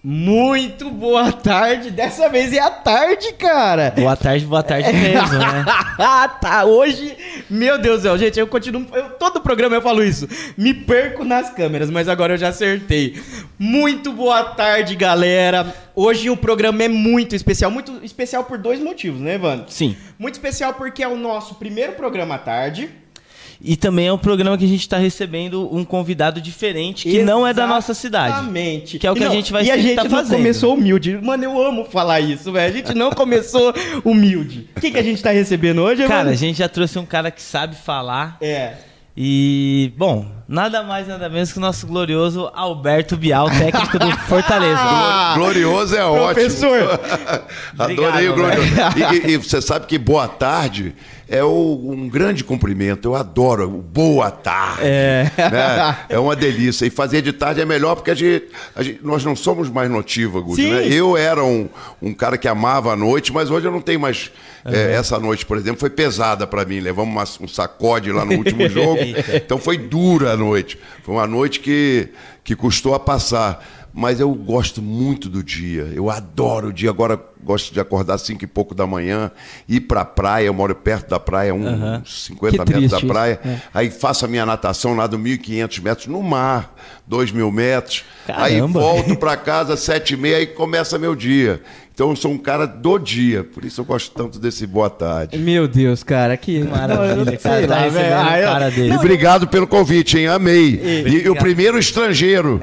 Muito boa tarde. Dessa vez é à tarde, cara. Boa tarde mesmo, né? Tá, hoje, meu Deus do céu, gente, eu continuo, todo programa eu falo isso, me perco nas câmeras, mas agora eu já acertei. Muito boa tarde, galera. Hoje o programa é muito especial por dois motivos, né, Evandro? Sim. Muito especial porque é o nosso primeiro programa à tarde. E também é um programa que a gente está recebendo um convidado diferente, que não é da nossa cidade. Exatamente. Que é o que a gente vai estar fazendo. E a gente não começou humilde. Mano, eu amo falar isso, velho. A gente não começou humilde. O que a gente tá recebendo hoje, cara, mano? A gente já trouxe um cara que sabe falar. É. E, bom, nada mais, nada menos que o nosso glorioso Alberto Bial, técnico do Fortaleza. Glorioso é ótimo. Professor. Adorei o glorioso. E você sabe que boa tarde é um grande cumprimento. Eu adoro o boa tarde. É. Né? É uma delícia. E fazer de tarde é melhor porque nós não somos mais notívagos. Né? Eu era um cara que amava a noite, mas hoje eu não tenho mais. Essa noite, por exemplo, foi pesada para mim. Levamos um sacode lá no último jogo. Então foi dura a noite. Foi uma noite que custou a passar. Mas eu gosto muito do dia. Eu adoro o dia. Agora gosto de acordar às 5 e pouco da manhã, ir para a praia. Eu moro perto da praia, uns 50 metros da praia. Aí faço a minha natação lá do 1.500 metros no mar, 2.000 metros. Caramba. Aí volto para casa às 7h30 e começa meu dia. Então eu sou um cara do dia, por isso eu gosto tanto desse boa tarde. Meu Deus, cara, que maravilha, cara. Tá recebendo a cara dele. E obrigado pelo convite, hein? Amei. E o primeiro estrangeiro.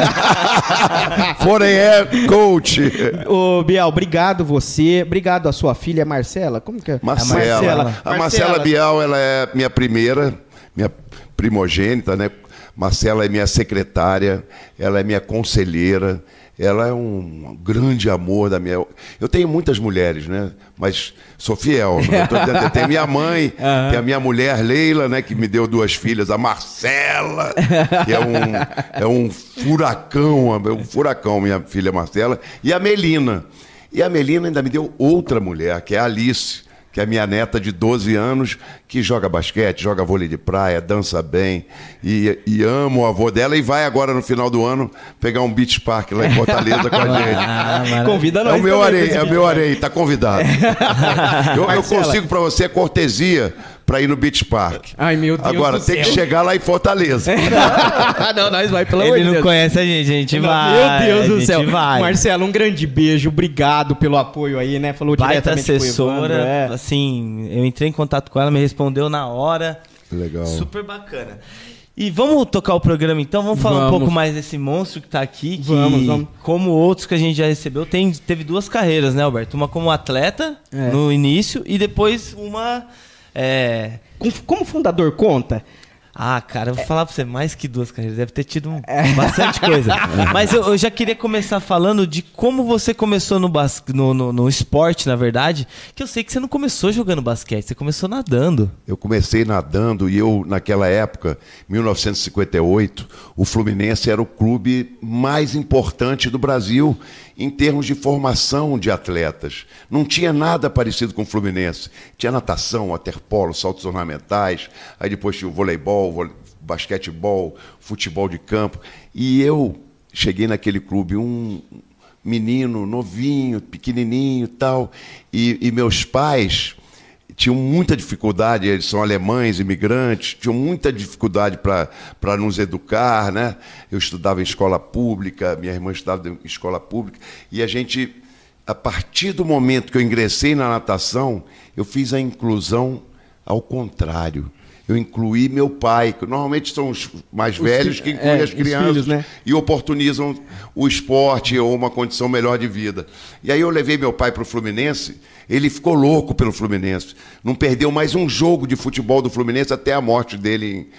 Foreign Coach. Ô, Bial, obrigado você. Obrigado a sua filha, Marcela. Como que é? Marcela. A Marcela Bial, ela é minha primogênita, né? Marcela é minha secretária, ela é minha conselheira. Ela é um grande amor da minha... Eu tenho muitas mulheres, né? Mas sou fiel. Tem minha mãe, tem a minha mulher, Leila, né? Que me deu 2 filhas. A Marcela, que é um furacão, minha filha Marcela. E a Melina. E a Melina ainda me deu outra mulher, que é a Alice, que é a minha neta de 12 anos, que joga basquete, joga vôlei de praia, dança bem, e amo o avô dela, e vai agora no final do ano pegar um beach park lá em Fortaleza com a gente. Convida nós. É o meu areia, tá convidado. eu consigo para você cortesia para ir no beach park. Ai, meu Deus agora, do tem céu. que chegar lá em Fortaleza. Não, nós vai, pelo amor de Deus. Ele não conhece a gente vai. Meu Deus do céu. Vai. Marcelo, um grande beijo, obrigado pelo apoio aí, né? Falou baita diretamente assessora, com o Evandro, assim, eu entrei em contato com ela, me respondeu na hora. Legal. Super bacana. E vamos tocar o programa então? Vamos falar um pouco mais desse monstro que tá aqui, que vamos. Como outros que a gente já recebeu, teve 2 carreiras, né, Alberto? Uma como atleta no início e depois uma... Como fundador conta? Ah, cara, eu vou falar pra você, mais que 2 carreiras, deve ter tido bastante coisa. Mas eu já queria começar falando de como você começou no esporte, na verdade, que eu sei que você não começou jogando basquete, você começou nadando. Eu comecei nadando e naquela época, 1958, o Fluminense era o clube mais importante do Brasil em termos de formação de atletas. Não tinha nada parecido com o Fluminense. Tinha natação, waterpolo, saltos ornamentais, aí depois tinha o voleibol, basquetebol, futebol de campo. E eu cheguei naquele clube, um menino novinho, pequenininho e tal, e meus pais tinham muita dificuldade, eles são alemães, imigrantes, tinham muita dificuldade para nos educar, né? Eu estudava em escola pública, minha irmã estudava em escola pública, e a gente, a partir do momento que eu ingressei na natação, eu fiz a inclusão ao contrário. Eu incluí meu pai, que normalmente são os mais velhos que incluem as crianças, filhos, né? E oportunizam o esporte ou uma condição melhor de vida. E aí eu levei meu pai para o Fluminense, ele ficou louco pelo Fluminense. Não perdeu mais um jogo de futebol do Fluminense até a morte dele em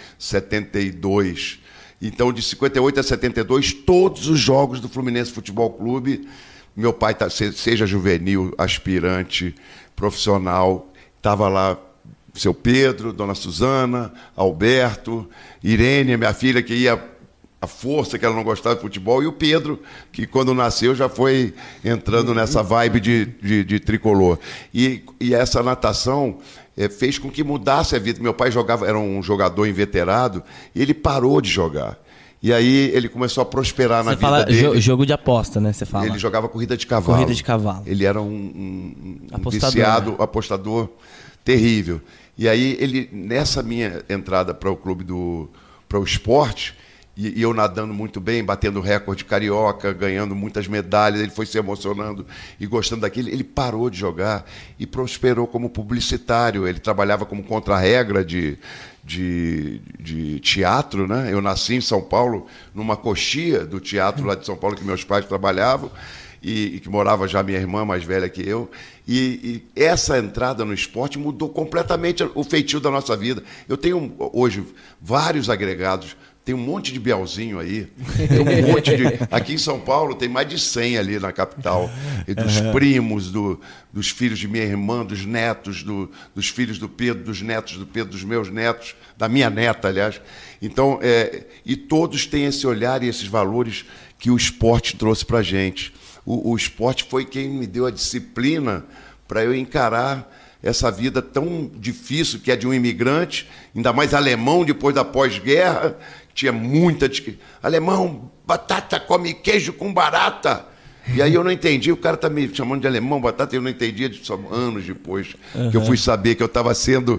72. Então, de 58 a 72, todos os jogos do Fluminense Futebol Clube, meu pai, seja juvenil, aspirante, profissional, estava lá. Seu Pedro, Dona Suzana, Alberto, Irene, minha filha, que ia à força, que ela não gostava de futebol, e o Pedro, que quando nasceu já foi entrando nessa vibe de tricolor. E essa natação fez com que mudasse a vida. Meu pai era um jogador inveterado, e ele parou de jogar. E aí ele começou a prosperar na Você vida fala dele. jogo de aposta, né? Você fala. Ele jogava corrida de cavalo. Corrida de cavalo. Ele era um Apostador, viciado, né? apostador terrível. E aí ele, nessa minha entrada para o clube para o esporte, e eu nadando muito bem, batendo recorde carioca, ganhando muitas medalhas, ele foi se emocionando e gostando daquilo, ele parou de jogar e prosperou como publicitário. Ele trabalhava como contra-regra de teatro, né? Eu nasci em São Paulo, numa coxia do teatro lá de São Paulo que meus pais trabalhavam, e que morava já minha irmã mais velha que eu, e essa entrada no esporte mudou completamente o feitio da nossa vida. Eu tenho hoje vários agregados, tem um monte de Bielzinho aí, tem um monte de... Aqui em São Paulo tem mais de 100 ali na capital, e dos primos, dos filhos de minha irmã, dos netos, dos filhos do Pedro, dos netos do Pedro, dos meus netos, da minha neta, aliás. Então, e todos têm esse olhar e esses valores que o esporte trouxe para a gente. O esporte foi quem me deu a disciplina para eu encarar essa vida tão difícil que é de um imigrante, ainda mais alemão depois da pós-guerra, tinha muita... Alemão, batata, come queijo com barata. E aí eu não entendi, o cara está me chamando de alemão, batata, eu não entendia só anos depois que eu fui saber que eu estava sendo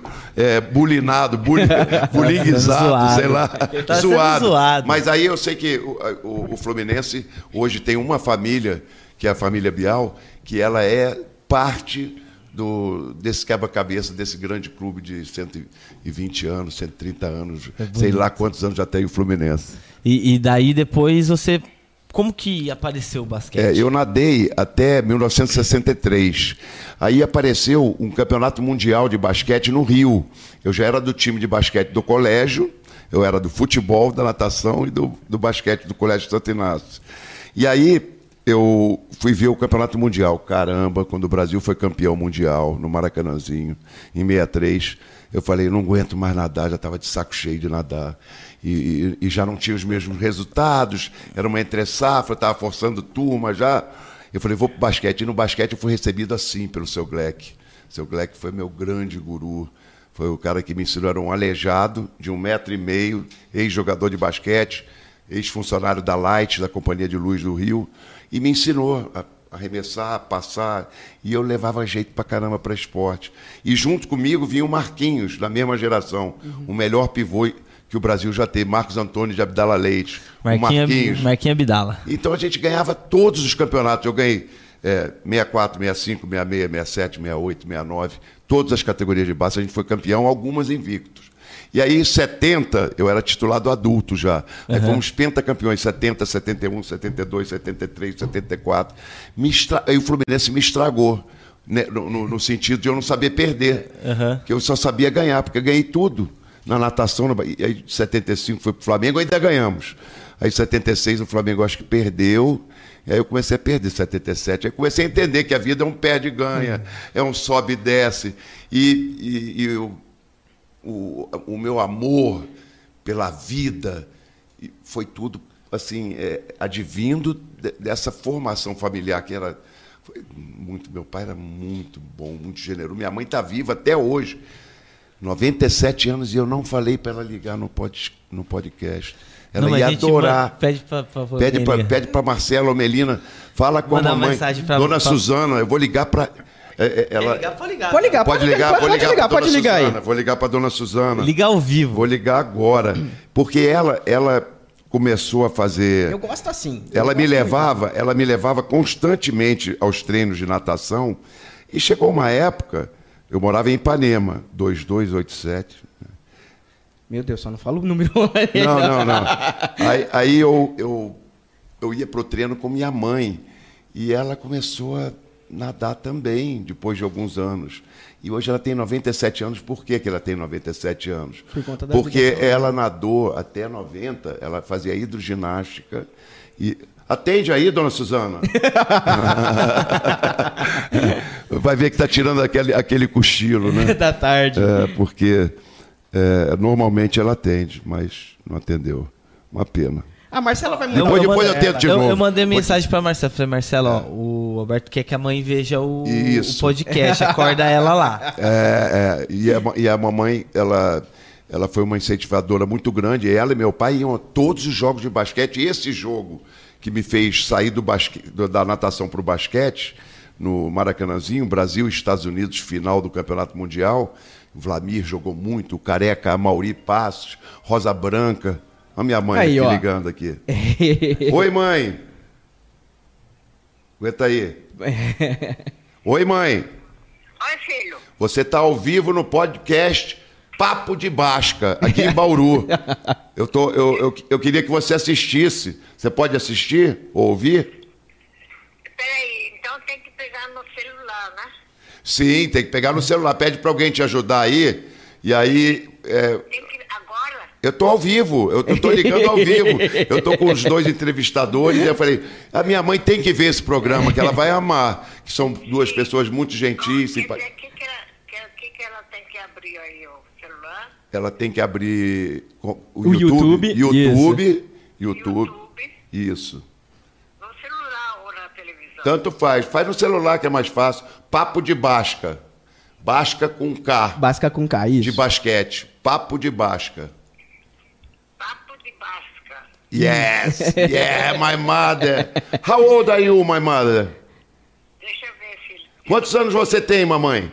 bulinguizado, sei lá, zoado. Mas aí eu sei que o Fluminense hoje tem uma família, que é a família Bial, que ela é parte desse quebra-cabeça, desse grande clube de 120 anos, 130 anos, sei lá quantos anos já tem o Fluminense. E daí depois você... Como que apareceu o basquete? Eu nadei até 1963. Aí apareceu um campeonato mundial de basquete no Rio. Eu já era do time de basquete do colégio, eu era do futebol, da natação e do basquete do Colégio Santo Inácio. E aí eu fui ver o campeonato mundial. Caramba, quando o Brasil foi campeão mundial no Maracanãzinho, em 63, eu falei, não aguento mais nadar, já estava de saco cheio de nadar. E já não tinha os mesmos resultados, era uma entre-safra, estava forçando turma já. Eu falei, vou para o basquete. E no basquete eu fui recebido assim pelo seu Gleck. Seu Gleck foi meu grande guru. Foi o cara que me ensinou, era um aleijado de 1,5 m, ex-jogador de basquete, ex-funcionário da Light, da Companhia de Luz do Rio, e me ensinou a arremessar, passar, e eu levava jeito pra caramba para esporte. E junto comigo vinha o Marquinhos, da mesma geração, o melhor pivô que o Brasil já teve, Marcos Antônio de Abdala Leite, Marquinhos Abdala. Então a gente ganhava todos os campeonatos. Eu ganhei 64, 65, 66, 67, 68, 69, todas as categorias de base, a gente foi campeão, algumas invictos. E aí, em 70, eu era titulado adulto já. Aí fomos pentacampeões, 70, 71, 72, 73, 74. Aí o Fluminense me estragou, né, no sentido de eu não saber perder, que eu só sabia ganhar, porque eu ganhei tudo. Na natação, aí 75 foi pro Flamengo, ainda ganhamos. Aí 76 o Flamengo acho que perdeu, e aí eu comecei a perder 77. Aí comecei a entender que a vida é um perde e ganha, é um sobe e desce. E o meu amor pela vida foi tudo assim, advindo dessa formação familiar que era muito. Meu pai era muito bom, muito generoso. Minha mãe está viva até hoje. 97 anos e eu não falei para ela ligar no podcast. Ela ia adorar. Pede para Marcela ou Melina, fala com a mamãe. Dona Suzana, eu vou ligar para... Pode ligar aí. Vou ligar para Dona Suzana. Ligar ao vivo. Vou ligar agora. Porque ela começou a fazer... Eu gosto assim. Ela me levava constantemente aos treinos de natação e chegou uma época... Eu morava em Ipanema, 2287. Meu Deus, só não fala o número. Não. Aí eu ia pro treino com minha mãe. E ela começou a nadar também, depois de alguns anos. E hoje ela tem 97 anos. Por que ela tem 97 anos? Por conta da Porque ela nadou até 90, ela fazia hidroginástica. Atende aí, Dona Suzana. Vai ver que está tirando aquele cochilo, né? Da tarde. Porque normalmente ela atende, mas não atendeu. Uma pena. A Marcela vai muito. Depois eu tento de novo. Eu mandei mensagem para Marcela. Falei, Marcela, o Alberto quer que a mãe veja o podcast. Acorda ela lá. E a mamãe, ela ela foi uma incentivadora muito grande. Ela e meu pai iam a todos os jogos de basquete. E esse jogo que me fez sair da natação para o basquete, no Maracanãzinho, Brasil e Estados Unidos, final do Campeonato Mundial. O Vlamir jogou muito, o Careca, a Mauri Passos, Rosa Branca. A minha mãe aí, aqui ó, ligando aqui. Oi, mãe. Aguenta aí. Oi, mãe. Oi, filho. Você está ao vivo no podcast Papo de Basca, aqui em Bauru. Eu queria que você assistisse. Você pode assistir ou ouvir? Peraí, então tem que pegar no celular, né? Sim, tem que pegar no celular. Pede para alguém te ajudar aí. E aí... Tem que agora? Eu estou ao vivo, eu estou ligando ao vivo. Eu estou com os dois entrevistadores e eu falei, a minha mãe tem que ver esse programa, que ela vai amar. Que são duas pessoas muito gentis. O que ela tem que abrir aí, o celular? Ela tem que abrir o YouTube. YouTube. Isso. No celular ou na televisão? Tanto faz. Faz no celular que é mais fácil. Papo de Basca. Basca com K. Basca com K, isso. De basquete. Papo de Basca. Papo de Basca. Yes. Yeah, my mother. How old are you, my mother? Deixa eu ver, filho. Quantos anos você tem, mamãe?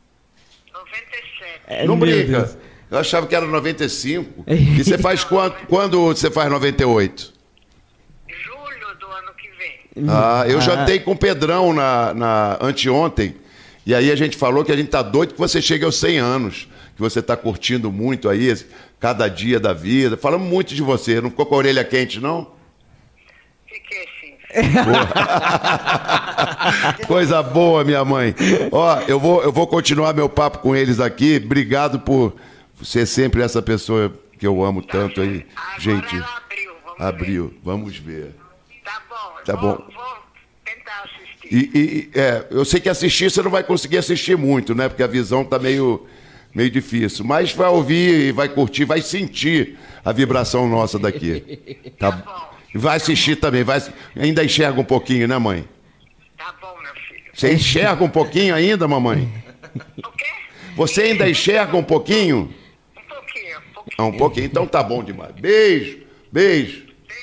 97. Não meu brinca. Deus. Eu achava que era 95. E você faz quando você faz 98? Julho do ano que vem. Ah, eu jantei com o Pedrão na anteontem. E aí a gente falou que a gente tá doido que você chegue aos 100 anos. Que você tá curtindo muito aí, cada dia da vida. Falamos muito de você. Não ficou com a orelha quente, não? Fiquei sim. Coisa boa, minha mãe. Ó, eu vou continuar meu papo com eles aqui. Obrigado por ser sempre essa pessoa que eu amo tanto aí. Agora Gente, ela abriu. abriu. Vamos ver. Tá bom. Tá bom. Vou tentar assistir. Eu sei que assistir você não vai conseguir assistir muito, né? Porque a visão tá meio difícil. Mas vai ouvir, vai curtir, vai sentir a vibração nossa daqui. Tá bom. Vai assistir também. Ainda enxerga um pouquinho, né, mãe? Tá bom, meu filho. Você enxerga um pouquinho ainda, mamãe? O quê? Você ainda enxerga um pouquinho? Um pouquinho. Ah, um pouquinho. Então tá bom demais. Beijo, beijo.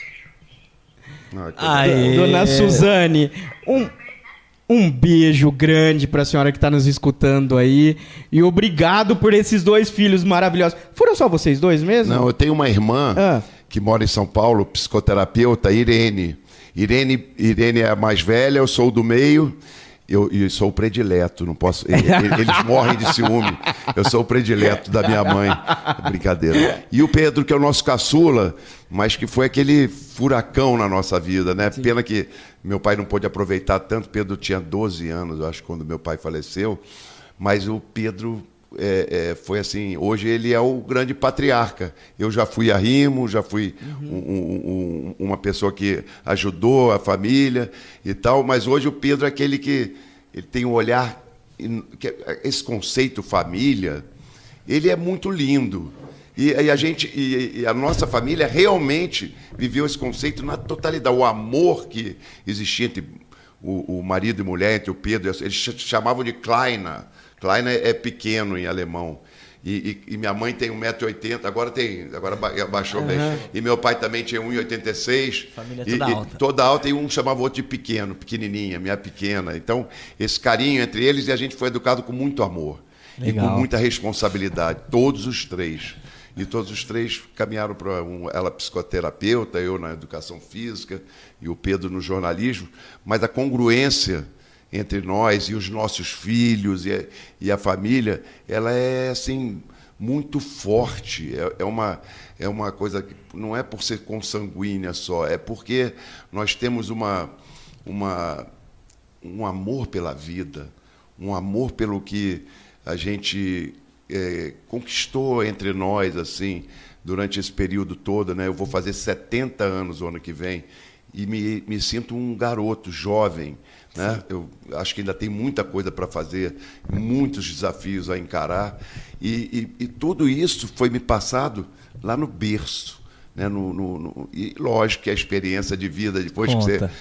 Aê. Dona Suzane, um beijo grande pra senhora que tá nos escutando aí. E obrigado por esses dois filhos maravilhosos. Foram só vocês dois mesmo? Não, eu tenho uma irmã que mora em São Paulo, psicoterapeuta, Irene. Irene é a mais velha, eu sou o do meio. Eu sou o predileto, não posso. Eles morrem de ciúme. Eu sou o predileto da minha mãe. Brincadeira. E o Pedro, que é o nosso caçula, mas que foi aquele furacão na nossa vida, né? Sim. Pena que meu pai não pôde aproveitar tanto. Pedro tinha 12 anos, eu acho, quando meu pai faleceu. Mas o Pedro foi assim. Hoje ele é o grande patriarca. Eu já fui arrimo, já fui uma pessoa que ajudou a família e tal. Mas hoje o Pedro é aquele que ele tem um olhar. Esse conceito família, ele é muito lindo. E a nossa família realmente viveu esse conceito na totalidade. O amor que existia entre o marido e mulher, entre o Pedro, eles chamavam de Kleiner. Kleiner é pequeno em alemão. E minha mãe tem 1,80 m, agora abaixou bem. E meu pai também tinha 1,86 m. Família toda alta. Toda alta, e um chamava o outro de pequeno, pequenininha, minha pequena. Então, esse carinho entre eles, e a gente foi educado com muito amor. Legal. E com muita responsabilidade, todos os três. E todos os três caminharam para ela psicoterapeuta, eu na educação física e o Pedro no jornalismo. Mas a congruência entre nós e os nossos filhos e a família, ela é assim muito forte. É uma coisa que não é por ser consanguínea só, é porque nós temos um amor pela vida, um amor pelo que a gente conquistou entre nós assim durante esse período todo, né? Eu vou fazer 70 anos o ano que vem e me sinto um garoto jovem, né? Eu acho que ainda tem muita coisa para fazer, muitos desafios a encarar e tudo isso foi me passado lá no berço, né? E lógico que a experiência de vida depois Conta. que você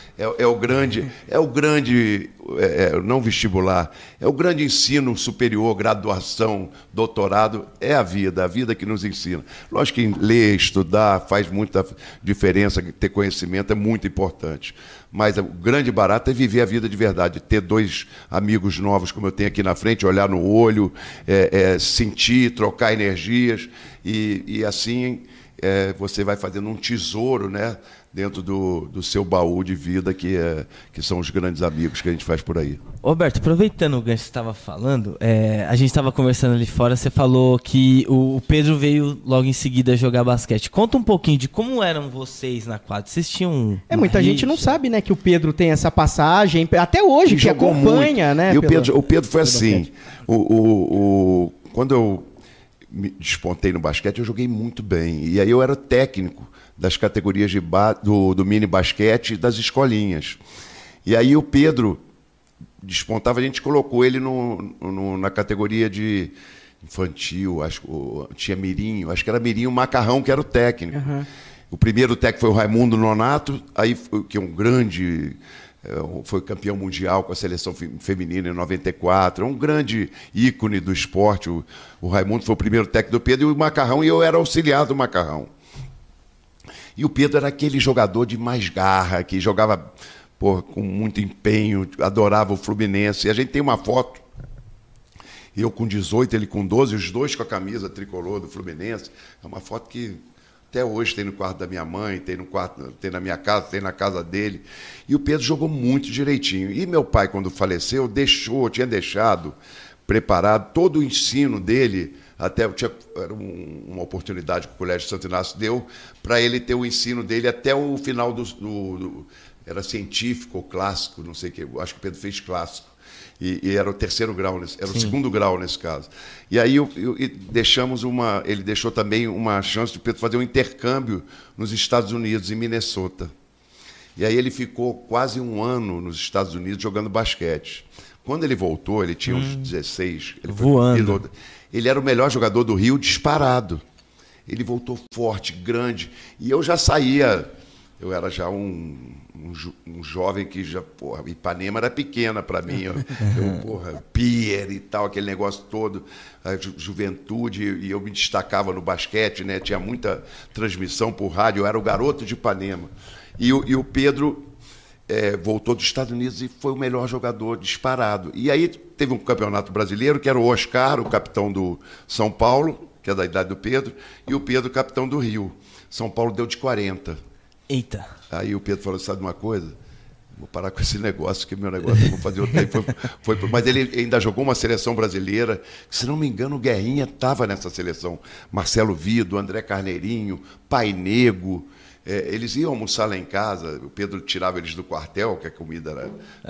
não vestibular, é o grande ensino superior, graduação, doutorado, é a vida que nos ensina. Lógico que ler, estudar faz muita diferença, ter conhecimento é muito importante. Mas o grande barato é viver a vida de verdade, ter 2 amigos novos como eu tenho aqui na frente, olhar no olho, sentir, trocar energias e assim você vai fazendo um tesouro, né, dentro do seu baú de vida que são os grandes amigos que a gente faz por aí. Roberto, aproveitando o gancho que você estava falando, a gente estava conversando ali fora, você falou que o Pedro veio logo em seguida jogar basquete. Conta um pouquinho de como eram vocês na quadra. Vocês tinham muita gente não sabe, né, que o Pedro tem essa passagem, até hoje, que acompanha, muito, né? E o Pedro foi assim, quando eu me despontei no basquete, eu joguei muito bem. E aí eu era técnico das categorias do mini basquete das escolinhas. E aí o Pedro despontava, a gente colocou ele na categoria de infantil, acho que tinha mirim, acho que era mirim, o Macarrão, que era o técnico. Uhum. O primeiro técnico foi o Raimundo Nonato, aí, que é um grande... foi campeão mundial com a seleção feminina em 94, é um grande ícone do esporte. O Raimundo foi o primeiro técnico do Pedro, e o Macarrão, e eu era auxiliar do Macarrão. E o Pedro era aquele jogador de mais garra, que jogava com muito empenho, adorava o Fluminense. E a gente tem uma foto, eu com 18, ele com 12, os 2 com a camisa tricolor do Fluminense. É uma foto que até hoje tem no quarto da minha mãe, tem na minha casa, tem na casa dele. E o Pedro jogou muito direitinho. E meu pai, quando faleceu, tinha deixado preparado todo o ensino dele, era uma oportunidade que o Colégio Santo Inácio deu, para ele ter o ensino dele até o final era científico ou clássico, não sei o que, acho que o Pedro fez clássico. E era o 3º grau, era o 2º grau nesse caso. E aí ele deixou também uma chance de Pedro fazer um intercâmbio nos Estados Unidos, em Minnesota. E aí ele ficou quase 1 ano nos Estados Unidos jogando basquete. Quando ele voltou, ele tinha uns 16. Voando. Ele era o melhor jogador do Rio, disparado. Ele voltou forte, grande. E eu já saía... Eu era já um jovem que já... Ipanema era pequena para mim. Pier e tal, aquele negócio todo. A juventude, e eu me destacava no basquete, né? Tinha muita transmissão por rádio. Eu era o garoto de Ipanema. E o Pedro voltou dos Estados Unidos e foi o melhor jogador disparado. E aí teve um campeonato brasileiro, que era o Oscar, o capitão do São Paulo, que é da idade do Pedro, e o Pedro, capitão do Rio. São Paulo deu de 40. Eita. Aí o Pedro falou, sabe de uma coisa? Vou parar com esse negócio, que meu negócio, eu vou fazer outro. Mas ele ainda jogou uma seleção brasileira, que, se não me engano, o Guerrinha estava nessa seleção. Marcelo Vido, André Carneirinho, Pai Nego. Eles iam almoçar lá em casa, o Pedro tirava eles do quartel, que a comida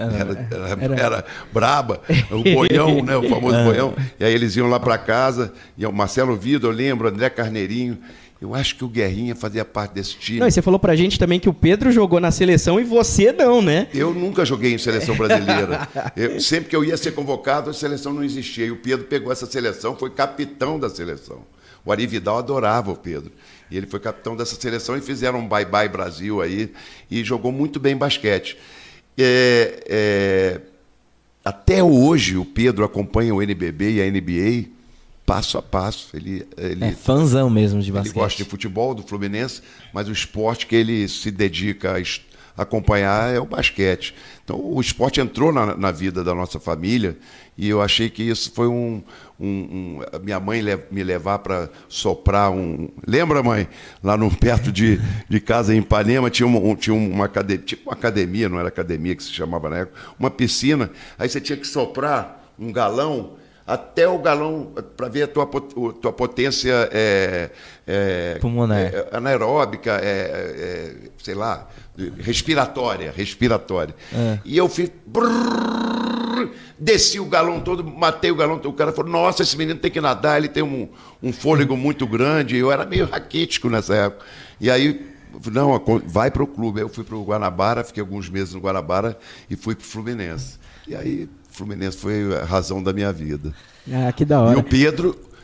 era braba, o boião, né, o famoso boião. E aí eles iam lá para casa, e o Marcelo Vido, eu lembro, André Carneirinho. Eu acho que o Guerrinha fazia parte desse time. Não, e você falou pra gente também que o Pedro jogou na seleção e você não, né? Eu nunca joguei em seleção brasileira. Sempre que eu ia ser convocado, a seleção não existia. E o Pedro pegou essa seleção, foi capitão da seleção. O Ari Vidal adorava o Pedro. E ele foi capitão dessa seleção e fizeram um bye-bye Brasil aí. E jogou muito bem basquete. Até hoje, o Pedro acompanha o NBB e a NBA passo a passo. Ele fãzão mesmo de basquete. Ele gosta de futebol, do Fluminense, mas o esporte que ele se dedica a acompanhar é o basquete. Então, o esporte entrou na vida da nossa família, e eu achei que isso foi minha mãe me levar para soprar Lembra, mãe? Lá perto de casa, em Ipanema, tinha uma academia, não era academia que se chamava na época, uma piscina. Aí você tinha que soprar um galão, até o galão, para ver a tua potência pulmonar, anaeróbica, sei lá, respiratória. E eu fiz... Desci o galão todo, matei o galão todo. O cara falou, nossa, esse menino tem que nadar, ele tem um fôlego muito grande. Eu era meio raquítico nessa época. E aí, não, vai para o clube. Aí eu fui para o Guanabara, fiquei alguns meses no Guanabara e fui para o Fluminense. E aí... O Fluminense foi a razão da minha vida. Ah, que da hora. E o Pedro,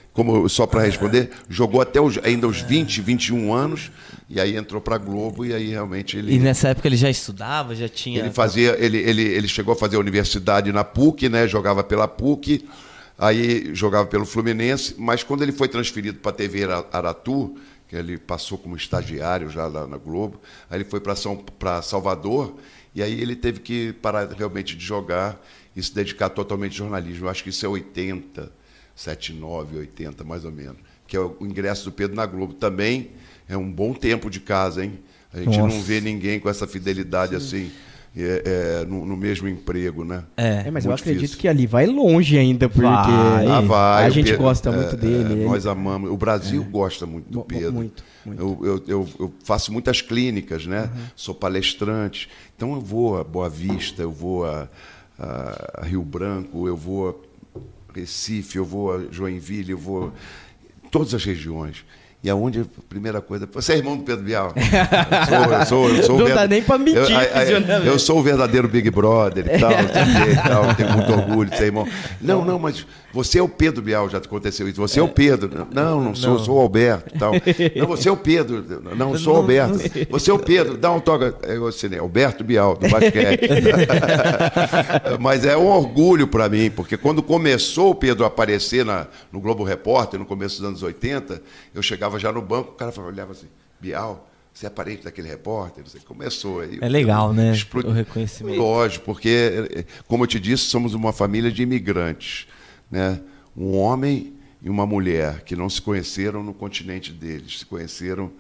só para responder, jogou até ainda os 20, 21 anos, e aí entrou para a Globo, e aí realmente ele... E nessa época ele já estudava, já tinha... Ele chegou a fazer a universidade na PUC, né? Jogava pela PUC, aí jogava pelo Fluminense, mas quando ele foi transferido para a TV Aratu, que ele passou como estagiário já lá na Globo, aí ele foi para Salvador, e aí ele teve que parar realmente de jogar e se dedicar totalmente ao jornalismo. Eu acho que isso é 80, 79, 80 mais ou menos, que é o ingresso do Pedro na Globo. Também é um bom tempo de casa, hein? A gente não vê ninguém com essa fidelidade assim, no mesmo emprego, né? Mas muito eu acredito difícil. que ali vai longe ainda, porque vai. a gente gosta muito dele. Nós amamos. O Brasil gosta muito do Pedro. Muito. Eu faço muitas clínicas, né? Sou palestrante. Então eu vou a Boa Vista, eu vou a Rio Branco, eu vou a Recife, eu vou a Joinville, eu vou em todas as regiões. E aonde a primeira coisa... Você é irmão do Pedro Bial? Eu sou Não dá nem pra mentir, eu sou o verdadeiro Big Brother e tal, tenho muito orgulho de ser irmão. Não, mas você é o Pedro Bial, já aconteceu isso. Você é o Pedro. Não sou, sou o Alberto e tal. Não, você é o Pedro. Não, sou o Alberto. Você é o Pedro, dá um toque. Eu assinei, Alberto Bial, do basquete. Mas é um orgulho para mim, porque quando começou o Pedro a aparecer no Globo Repórter, no começo dos anos 80, eu chegava já no banco, o cara olhava assim, Bial, você é parente daquele repórter? Você começou aí. É legal, né? O reconhecimento. Lógico, porque, como eu te disse, somos uma família de imigrantes, né? Um homem e uma mulher que não se conheceram no continente deles, se conheceram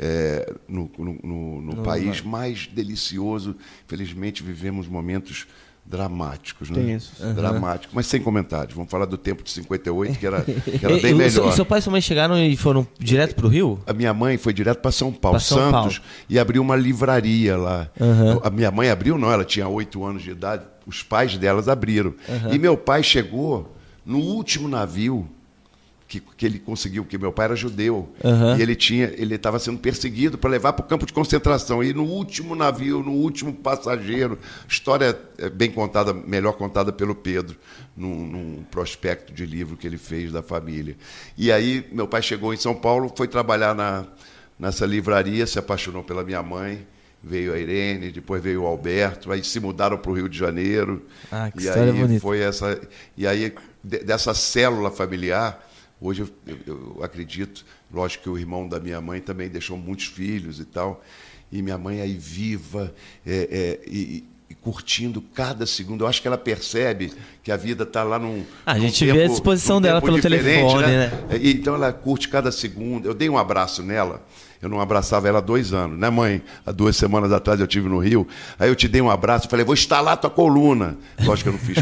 no país mais delicioso. Infelizmente, vivemos momentos dramáticos, né? Tensos. Dramáticos, mas sem comentários. Vamos falar do tempo de 58, que era bem melhor. Seu pai e sua mãe chegaram e foram direto para o Rio? A minha mãe foi direto para São Paulo, Santos, e abriu uma livraria lá. A minha mãe abriu, não, ela tinha 8 anos de idade, os pais delas abriram. E meu pai chegou no último navio que ele conseguiu, porque meu pai era judeu, e ele estava sendo perseguido para levar para o campo de concentração, e no último navio, no último passageiro, história bem contada, melhor contada pelo Pedro, num prospecto de livro que ele fez da família. E aí meu pai chegou em São Paulo, foi trabalhar nessa livraria, se apaixonou pela minha mãe, veio a Irene, depois veio o Alberto, aí se mudaram para o Rio de Janeiro. Que história bonita. Foi essa, e aí dessa célula familiar. Hoje eu acredito, lógico que o irmão da minha mãe também deixou muitos filhos e tal, e minha mãe aí viva e curtindo cada segundo. Eu acho que ela percebe que a vida está lá a gente vê a disposição dela pelo telefone, né? Então ela curte cada segundo. Eu dei um abraço nela. Eu não abraçava ela há 2 anos, né, mãe? Há 2 semanas atrás eu estive no Rio. Aí eu te dei um abraço, falei, vou instalar tua coluna. Lógico que eu não fiz.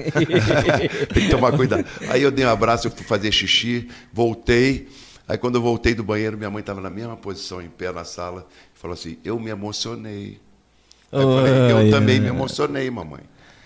Tem que tomar cuidado. Aí eu dei um abraço, eu fui fazer xixi, voltei. Aí quando eu voltei do banheiro, minha mãe estava na mesma posição, em pé na sala, e falou assim, eu me emocionei. Aí eu falei, eu também me emocionei, mamãe.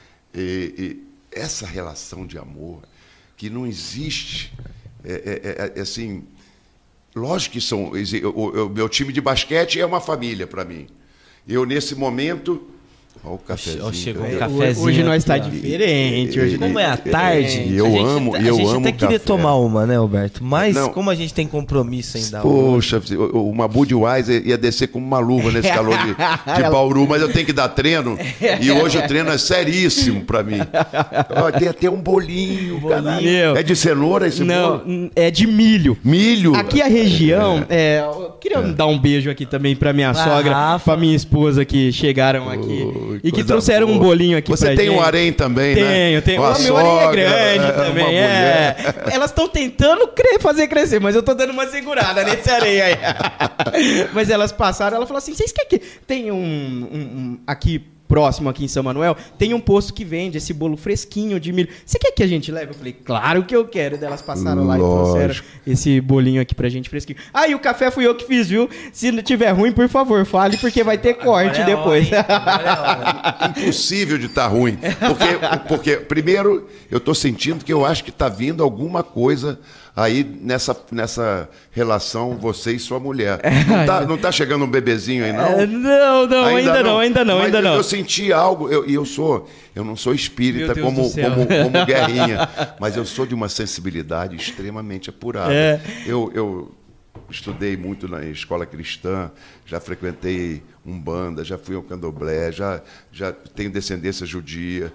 E essa relação de amor, que não existe, assim... Lógico que o meu time de basquete é uma família para mim. Eu, nesse momento... Olha o cafezinho. Chegou um cafezinho. Hoje nós está diferente. Hoje como é a tarde, e eu amo a gente até queria café. tomar uma, né, Alberto? Mas como a gente tem compromisso ainda... Poxa, uma Budweiser ia descer como uma luva nesse calor de Bauru, mas eu tenho que dar treino. E hoje o treino é seríssimo para mim. Tem até um bolinho. É de cenoura esse bolo? Não, é de milho. Milho? Aqui a região... eu queria dar um beijo aqui também para minha sogra, para minha esposa que chegaram aqui. E que trouxeram um bolinho aqui pra gente. Você tem um harém também, né? Tenho. Meu harém é grande também, Elas estão tentando fazer crescer, mas eu tô dando uma segurada nesse harém aí. Mas elas passaram, ela falou assim, vocês querem que... Tem aqui... próximo aqui em São Manuel, tem um posto que vende esse bolo fresquinho de milho. Você quer que a gente leve? Eu falei, claro que eu quero. E daí elas passaram lá e trouxeram esse bolinho aqui pra gente fresquinho. E o café fui eu que fiz, viu? Se não tiver ruim, por favor, fale, porque vai ter corte depois. Impossível de estar ruim. Porque, primeiro, eu tô sentindo que eu acho que tá vindo alguma coisa Aí, nessa relação, você e sua mulher. Não tá chegando um bebezinho aí, não? Não, ainda não. Eu senti algo, eu não sou espírita como Guerrinha, mas eu sou de uma sensibilidade extremamente apurada. Eu estudei muito na escola cristã, já frequentei Umbanda, já fui ao Candomblé, já tenho descendência judia,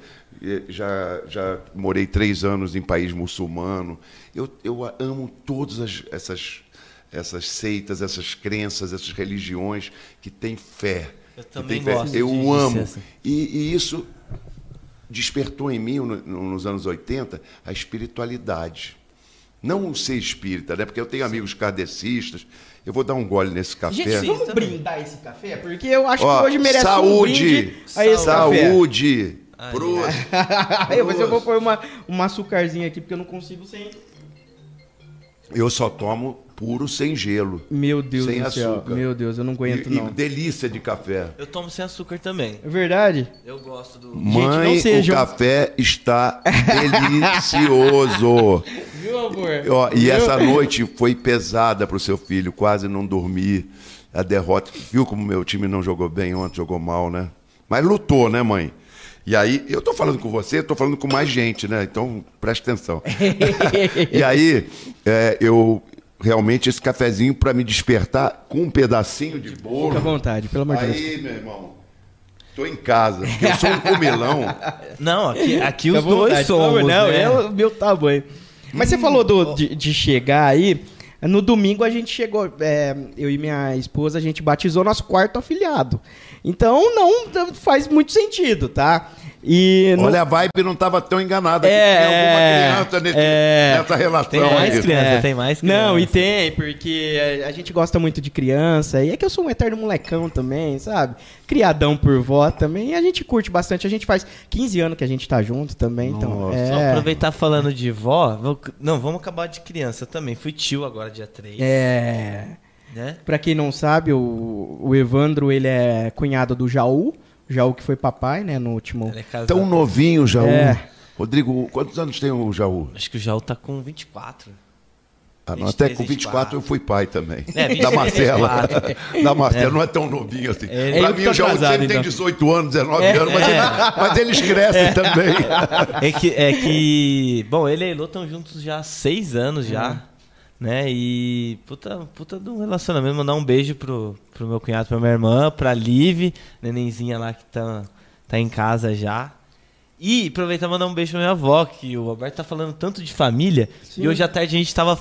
já morei 3 anos em país muçulmano. Eu amo todas essas seitas, essas crenças, essas religiões que têm fé. Eu também gosto. Eu amo. Assim. E isso despertou em mim, nos anos 80, a espiritualidade. Não ser espírita, né? Porque eu tenho amigos kardecistas. Eu vou dar um gole nesse café. Gente, vamos brindar esse café? Porque eu acho que hoje merece um brinde a esse saúde. Café. Mas eu vou pôr uma açucarzinha aqui, porque eu não consigo sem... Eu só tomo puro sem gelo. Meu Deus sem do céu. açúcar. Meu Deus, eu não aguento, não. E delícia de café. Eu tomo sem açúcar também. É verdade? Eu gosto do... Mãe, o café está delicioso. Viu, amor? E essa noite foi pesada para o seu filho. Quase não dormi. A derrota. Viu como meu time não jogou bem ontem? Jogou mal, né? Mas lutou, né, mãe? E aí, eu tô falando com você, tô falando com mais gente, né? Então, presta atenção. E aí, eu realmente, esse cafezinho para me despertar com um pedacinho de bolo. Fica à vontade, pelo amor de Deus. Aí, meu irmão, tô em casa, porque eu sou um comilão. Não, aqui os dois somos, não, né? É o meu tamanho. Mas você falou de chegar aí. No domingo a gente chegou, eu e minha esposa, a gente batizou nosso 4º afilhado. Então não faz muito sentido, tá? Olha, a vibe não estava tão enganada. Tem alguma criança nessa relação. Tem mais criança, tem mais criança. Não, e tem, porque a gente gosta muito de criança. E é que eu sou um eterno molecão também, sabe? Criadão por vó também. E a gente curte bastante. A gente faz 15 anos que a gente tá junto também. Então, Só aproveitar falando de vó. Vamos acabar de criança também. Fui tio agora, dia 3. Né? Pra quem não sabe, o Evandro, ele é cunhado do Jaú. Jaú que foi papai, né, no último... Tão novinho, Jaú. Rodrigo, quantos anos tem o Jaú? Acho que o Jaú tá com 24. Não, até com 24 eu fui pai também. 23, da Marcela. Da Marcela, não é tão novinho assim. Pra mim, o Jaú sempre tem 18 anos, 19 anos, mas eles crescem também. Bom, ele e a Elô estão juntos já há 6 anos já. Né? E puta de um relacionamento. Mandar um beijo pro meu cunhado, pra minha irmã, pra Liv, nenenzinha lá que tá em casa já. E aproveitar e mandar um beijo pra minha avó, que o Alberto tá falando tanto de família. Sim. E hoje à tarde a gente tava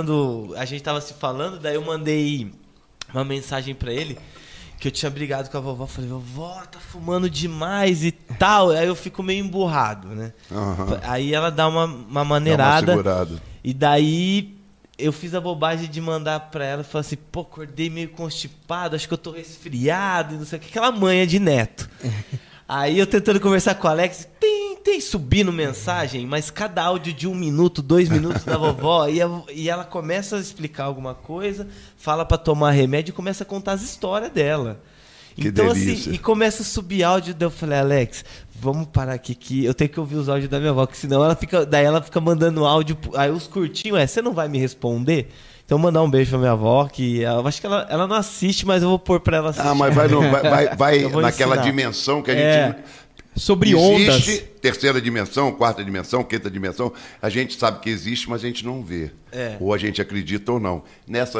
se falando, daí eu mandei uma mensagem pra ele, que eu tinha brigado com a vovó. Falei, vovó, tá fumando demais e tal. Aí eu fico meio emburrado, né? Uhum. Aí ela dá uma maneirada. Dá uma segurada. E daí... eu fiz a bobagem de mandar pra ela e falar assim, acordei meio constipado, acho que eu tô resfriado e não sei o que, aquela manha de neto. Aí eu tentando conversar com o Alex, tentei subindo mensagem, mas cada áudio de 1 minuto, 2 minutos da vovó, e ela começa a explicar alguma coisa, fala pra tomar remédio e começa a contar as histórias dela. Que então, delícia. assim, e começa a subir áudio, daí eu falei, Alex, vamos parar aqui que eu tenho que ouvir os áudios da minha avó, que senão ela fica mandando áudio, aí os curtinhos, você não vai me responder? Então mandar um beijo pra minha avó, que eu acho que ela não assiste, mas eu vou pôr pra ela assistir. Mas vai naquela dimensão que a gente... Sobre existe, ondas. Terceira dimensão, quarta dimensão, quinta dimensão. A gente sabe que existe, mas a gente não vê. Ou a gente acredita ou não.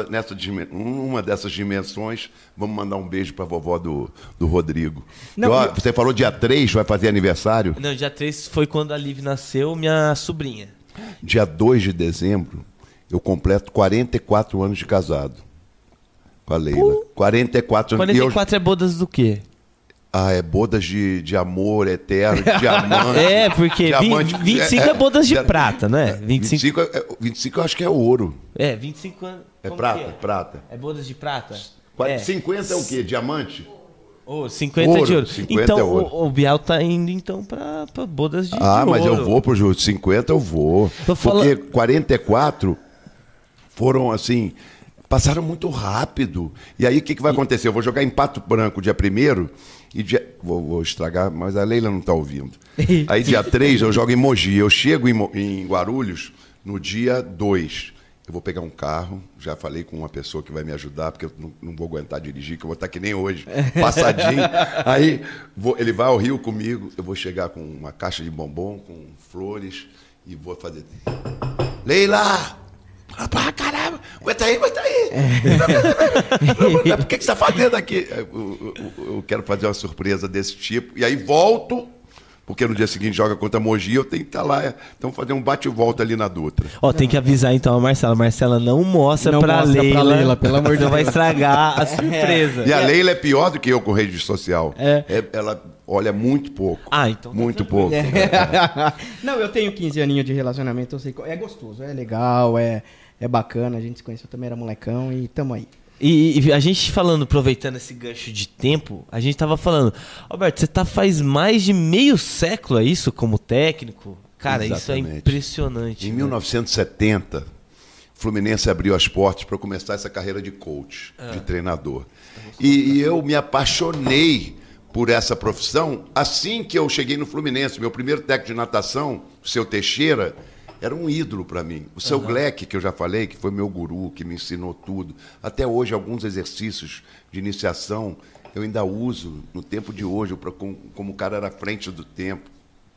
Uma dessas dimensões, vamos mandar um beijo para a vovó do Rodrigo. Você falou dia 3, vai fazer aniversário? Não, dia 3 foi quando a Liv nasceu, minha sobrinha. Dia 2 de dezembro, eu completo 44 anos de casado com a Leila. 44 anos. 44 é bodas do quê? É bodas de amor eterno, de diamante. Porque 25 é bodas de prata, não é? 25 eu acho que é ouro. 25 anos. É prata, prata. É bodas de prata? 50 é o quê? Diamante? 50 ouro, de ouro. 50 então, é ouro. O Bial tá indo então pra bodas de ouro. Mas eu vou pro 50, eu vou. Porque 44 foram assim... passaram muito rápido. E aí o que vai acontecer? Eu vou jogar em Pato Branco dia 1º e vou estragar, mas a Leila não está ouvindo. Aí dia 3 eu jogo em Mogi. Eu chego em Guarulhos no dia 2. eu vou pegar um carro, já falei com uma pessoa que vai me ajudar, porque eu não vou aguentar dirigir, que eu vou estar que nem hoje, passadinho. Aí ele vai ao Rio comigo, eu vou chegar com uma caixa de bombom, com flores, e vou fazer... Leila! Rapaz, caramba! Aguenta aí! Por que você está fazendo aqui? Eu quero fazer uma surpresa desse tipo, e aí volto... Porque no dia seguinte joga contra Mogi, eu tenho que estar lá. Então fazer um bate e volta ali na Dutra. Ó, tem que avisar então a Marcela. Marcela não mostra pra Leila, pelo amor de Deus. Vai estragar a surpresa. E a Leila é pior do que eu com rede social. Ela olha muito pouco. Ah, então tá muito pouco. Não, eu tenho 15 aninhos de relacionamento, eu sei que é gostoso, é legal, é bacana. A gente se conheceu, também era molecão e tamo aí. E a gente falando, aproveitando esse gancho de tempo, a gente tava falando, Alberto, você faz mais de meio século, é isso, como técnico? Cara, Exatamente. Isso é impressionante. Em 1970, o Fluminense abriu as portas para começar essa carreira de coach, de treinador. E eu me apaixonei por essa profissão assim que eu cheguei no Fluminense. Meu primeiro técnico de natação, o seu Teixeira, era um ídolo para mim. O seu Gleck, que eu já falei, que foi meu guru, que me ensinou tudo. Até hoje, alguns exercícios de iniciação eu ainda uso no tempo de hoje, como o cara era à frente do tempo.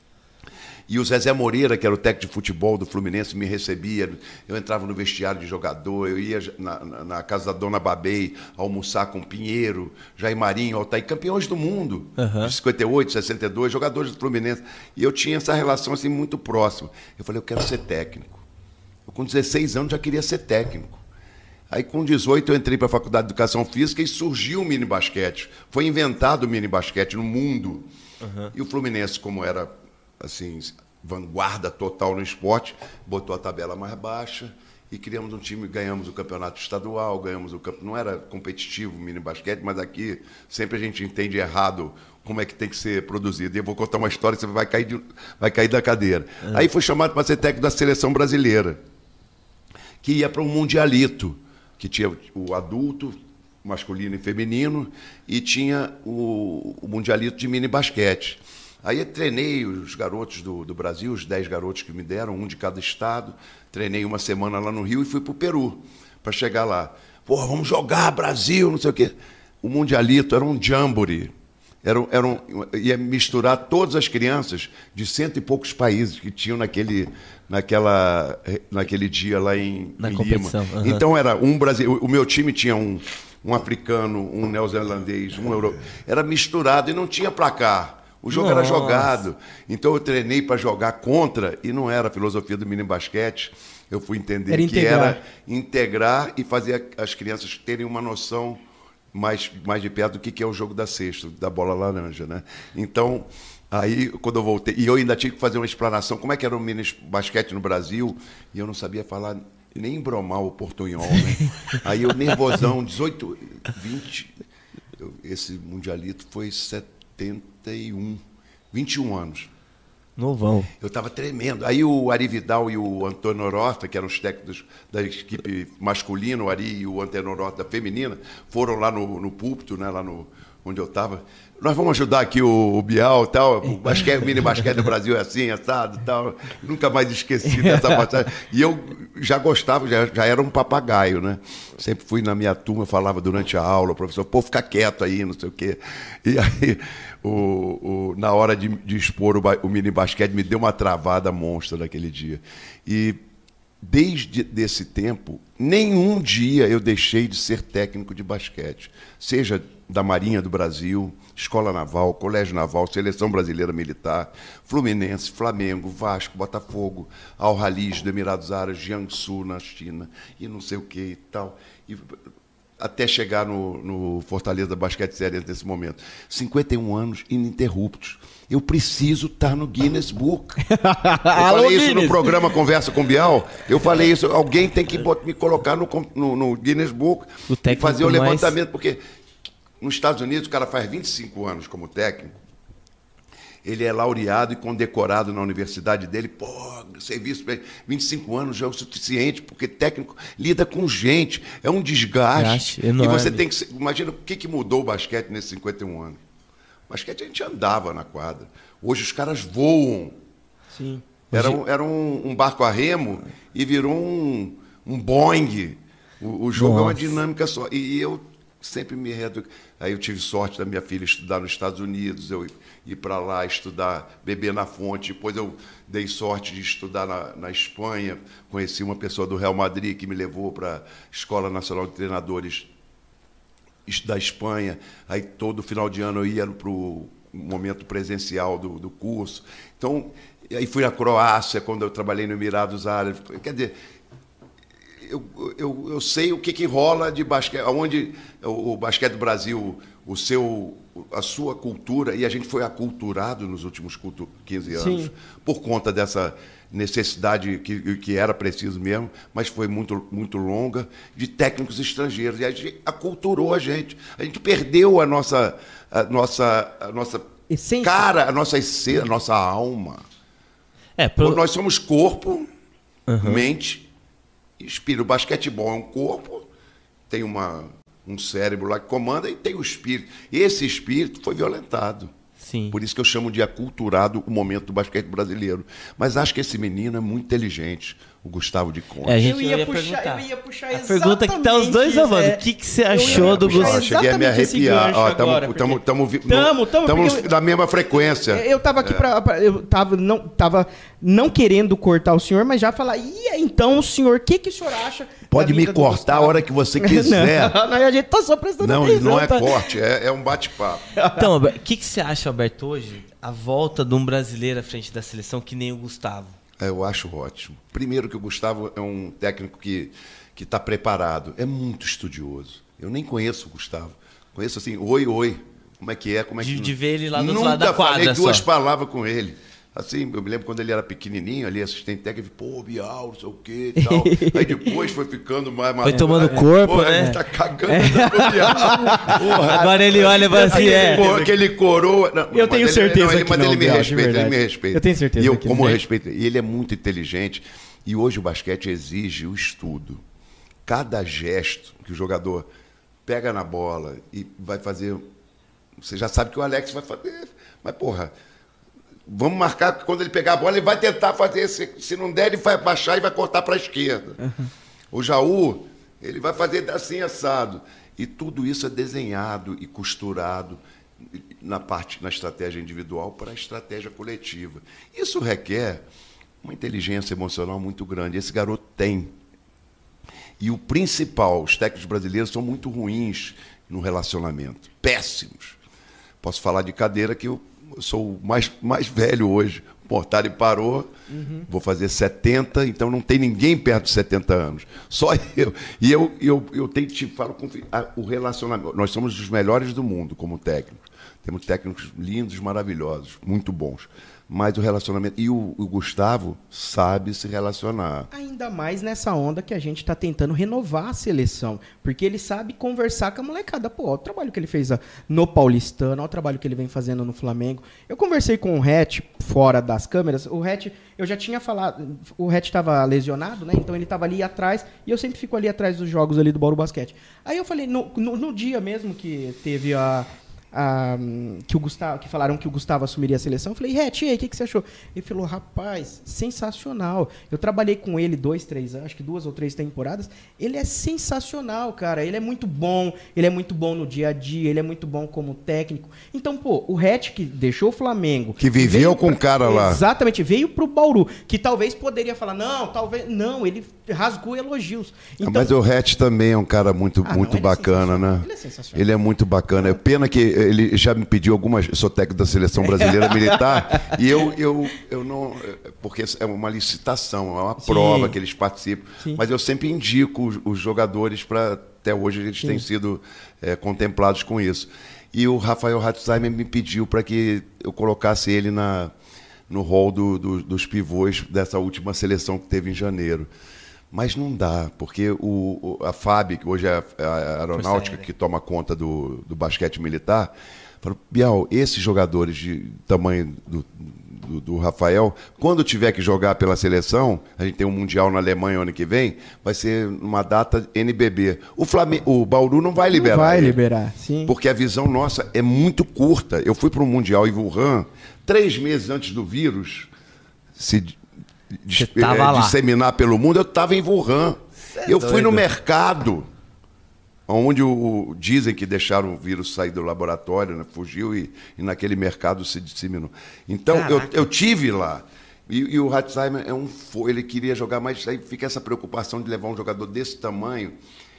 E o Zezé Moreira, que era o técnico de futebol do Fluminense, me recebia. Eu entrava no vestiário de jogador, eu ia na casa da Dona Babei almoçar com Pinheiro, Jair Marinho, Altair, campeões do mundo, de 58, 62, jogadores do Fluminense. E eu tinha essa relação assim, muito próxima. Eu falei, eu quero ser técnico. Eu, com 16 anos, já queria ser técnico. Aí, com 18, eu entrei para a Faculdade de Educação Física e surgiu o mini basquete. Foi inventado o mini basquete no mundo. E o Fluminense, como era assim, vanguarda total no esporte, botou a tabela mais baixa e criamos um time, ganhamos o campeonato estadual, ganhamos o não era competitivo o mini basquete, mas aqui sempre a gente entende errado como é que tem que ser produzido. E eu vou contar uma história que você vai cair da cadeira. Aí fui chamado para ser técnico da seleção brasileira, que ia para um mundialito, que tinha o adulto, masculino e feminino, e tinha o mundialito de mini basquete. Aí eu treinei os garotos do Brasil, os 10 garotos que me deram, um de cada estado. Treinei uma semana lá no Rio e fui para o Peru, para chegar lá. Pô, vamos jogar Brasil, não sei o quê. O mundialito era um jamboree. Ia misturar todas as crianças de 100 e poucos países que tinham naquele dia lá em Lima. Então era um Brasil. O meu time tinha um africano, um neozelandês, um europeu. Era misturado e não tinha placar. O jogo era jogado. Então eu treinei para jogar contra, e não era a filosofia do mini basquete. Eu fui entender era integrar e fazer as crianças terem uma noção mais de perto do que é o jogo da cesta, da bola laranja, né? Então, aí quando eu voltei, e eu ainda tive que fazer uma explanação, como é que era o mini basquete no Brasil, e eu não sabia falar nem embromar o portunhol, né? Aí eu nervosão, 18, 20, esse mundialito foi 71, 21 anos. Novão. Eu estava tremendo. Aí o Ari Vidal e o Antônio Orota, que eram os técnicos da equipe masculina, o Ari e o Antônio Orota da feminina, foram lá no púlpito, né, lá onde eu estava. Nós vamos ajudar aqui o Bial e tal. O mini basquete do Brasil é assim, assado e tal. Nunca mais esqueci dessa passagem. E eu já gostava, já era um papagaio, né? Sempre fui na minha turma, falava durante a aula, o professor, pô, fica quieto aí, não sei o quê. E aí, na hora de expor o mini basquete, me deu uma travada monstra naquele dia. E desde esse tempo, nenhum dia eu deixei de ser técnico de basquete. Seja da Marinha do Brasil, Escola Naval, Colégio Naval, Seleção Brasileira Militar, Fluminense, Flamengo, Vasco, Botafogo, Al Raleigh do Emirados Árabes, Jiangsu na China, e não sei o que e tal. E até chegar no Fortaleza Basquete Cearense nesse momento. 51 anos ininterruptos. Eu preciso estar no Guinness Book. Eu falei isso no programa Conversa com Bial. Eu falei isso. Alguém tem que me colocar no Guinness Book e fazer o levantamento. Porque nos Estados Unidos o cara faz 25 anos como técnico. Ele é laureado e condecorado na universidade dele. Pô, serviço para 25 anos já é o suficiente, porque técnico lida com gente. É um desgaste. E você tem que... Imagina o que mudou o basquete nesses 51 anos. O basquete a gente andava na quadra. Hoje os caras voam. Sim. Era um barco a remo e virou Boeing. O jogo é uma dinâmica só. E eu sempre me reeduquei. Aí eu tive sorte da minha filha estudar nos Estados Unidos, eu ir para lá estudar, beber na fonte. Depois eu dei sorte de estudar na Espanha. Conheci uma pessoa do Real Madrid que me levou para a Escola Nacional de Treinadores da Espanha. Aí todo final de ano eu ia para o momento presencial do curso. Então, aí fui à Croácia, quando eu trabalhei no Emirados Árabes. Quer dizer, eu sei o que rola de basquete, onde o basquete do Brasil, a sua cultura, e a gente foi aculturado nos últimos 15 anos, sim, por conta dessa necessidade que era preciso mesmo, mas foi muito, muito longa, de técnicos estrangeiros. E a gente aculturou a gente. A gente perdeu a nossa essência, cara, a nossa essência, a nossa alma. Nós somos corpo, mente, espírito. O basquetebol é um corpo, tem um cérebro lá que comanda e tem o espírito. E esse espírito foi violentado. Sim. Por isso que eu chamo de aculturado o momento do basquete brasileiro. Mas acho que esse menino é muito inteligente, o Gustavo de Conte. Eu ia puxar exatamente. A pergunta que tá os dois amando. O que você achou do Gustavo? Eu cheguei a me arrepiar. Estamos na mesma frequência. Eu estava aqui eu tava não querendo cortar o senhor, mas já falar, então o senhor, o que o senhor acha? Pode me cortar a hora que você quiser. Não, a gente tá só prestando atenção. Não é corte, é um bate-papo. Então, o que você acha, Alberto, hoje, a volta de um brasileiro à frente da seleção que nem o Gustavo? Eu acho ótimo. Primeiro que o Gustavo é um técnico que está preparado, é muito estudioso. Eu nem conheço o Gustavo. Conheço assim, oi. Como é que é? De ver ele lá do outro lado da quadra. Nunca falei duas palavras com ele. Assim, eu me lembro quando ele era pequenininho, ali, assistente técnico, Bial, não sei o quê e tal. Aí depois foi ficando mais... Foi tomando corpo, né? Ele tá cagando da Bial. Agora ele olha pra assim, aquele coroa... Não, eu tenho certeza que mas ele me respeita, ele me respeita. Eu tenho certeza. E eu, como eu respeito... E ele é muito inteligente. E hoje o basquete exige o estudo. Cada gesto que o jogador pega na bola e vai fazer... Você já sabe que o Alex vai fazer. Mas, vamos marcar que quando ele pegar a bola, ele vai tentar fazer. Se não der, ele vai baixar e vai cortar para a esquerda. O Jaú, ele vai fazer assim, assado. E tudo isso é desenhado e costurado na estratégia individual para a estratégia coletiva. Isso requer uma inteligência emocional muito grande. Esse garoto tem. E o principal, os técnicos brasileiros são muito ruins no relacionamento. Péssimos. Posso falar de cadeira que eu sou o mais velho hoje. O Mortari parou, vou fazer 70, então não tem ninguém perto de 70 anos. Só eu. E eu te falo com o relacionamento. Nós somos os melhores do mundo como técnicos. Temos técnicos lindos, maravilhosos, muito bons. Mas o relacionamento... E o Gustavo sabe se relacionar. Ainda mais nessa onda que a gente está tentando renovar a seleção. Porque ele sabe conversar com a molecada. Olha o trabalho que ele fez no Paulistano, olha o trabalho que ele vem fazendo no Flamengo. Eu conversei com o Hatch fora das câmeras. O Hatch, eu já tinha falado... O Hatch estava lesionado, né? Então ele estava ali atrás. E eu sempre fico ali atrás dos jogos ali do Bauru Basquete. Aí eu falei, no dia mesmo que teve que falaram que o Gustavo assumiria a seleção, eu falei, Hatch, e aí, o que você achou? Ele falou, rapaz, sensacional. Eu trabalhei com ele 2 ou 3 temporadas. Ele é sensacional, cara. Ele é muito bom no dia a dia, ele é muito bom como técnico. Então, o Hatch que deixou o Flamengo... Que viveu com o cara lá. Exatamente, veio pro Bauru, que talvez poderia falar, não, ele rasgou elogios. Então, mas o Hatch também é um cara muito bacana, né? Ele é sensacional. Ele é muito bacana. É pena que ele já me pediu algumas... Eu sou técnico da Seleção Brasileira Militar e eu não... Porque é uma licitação, é uma prova que eles participam. Sim. Mas eu sempre indico os jogadores para... Até hoje eles têm sido contemplados com isso. E o Rafael Hatzheimer me pediu para que eu colocasse ele no hall dos pivôs dessa última seleção que teve em janeiro. Mas não dá, porque a FAB, que hoje é a aeronáutica que toma conta do basquete militar, falou, Bial, esses jogadores de tamanho do Rafael, quando tiver que jogar pela seleção, a gente tem um Mundial na Alemanha ano que vem, vai ser uma data NBB. O Bauru não vai liberar. Não vai liberar, sim. Porque a visão nossa é muito curta. Eu fui para um Mundial em Wuhan, 3 meses antes do vírus se disseminar pelo mundo, eu estava em Wuhan. Eu fui no mercado, onde dizem que deixaram o vírus sair do laboratório, né? Fugiu e naquele mercado se disseminou. Então, eu tive lá. E o Ratzheimer ele queria jogar, mas aí fica essa preocupação de levar um jogador desse tamanho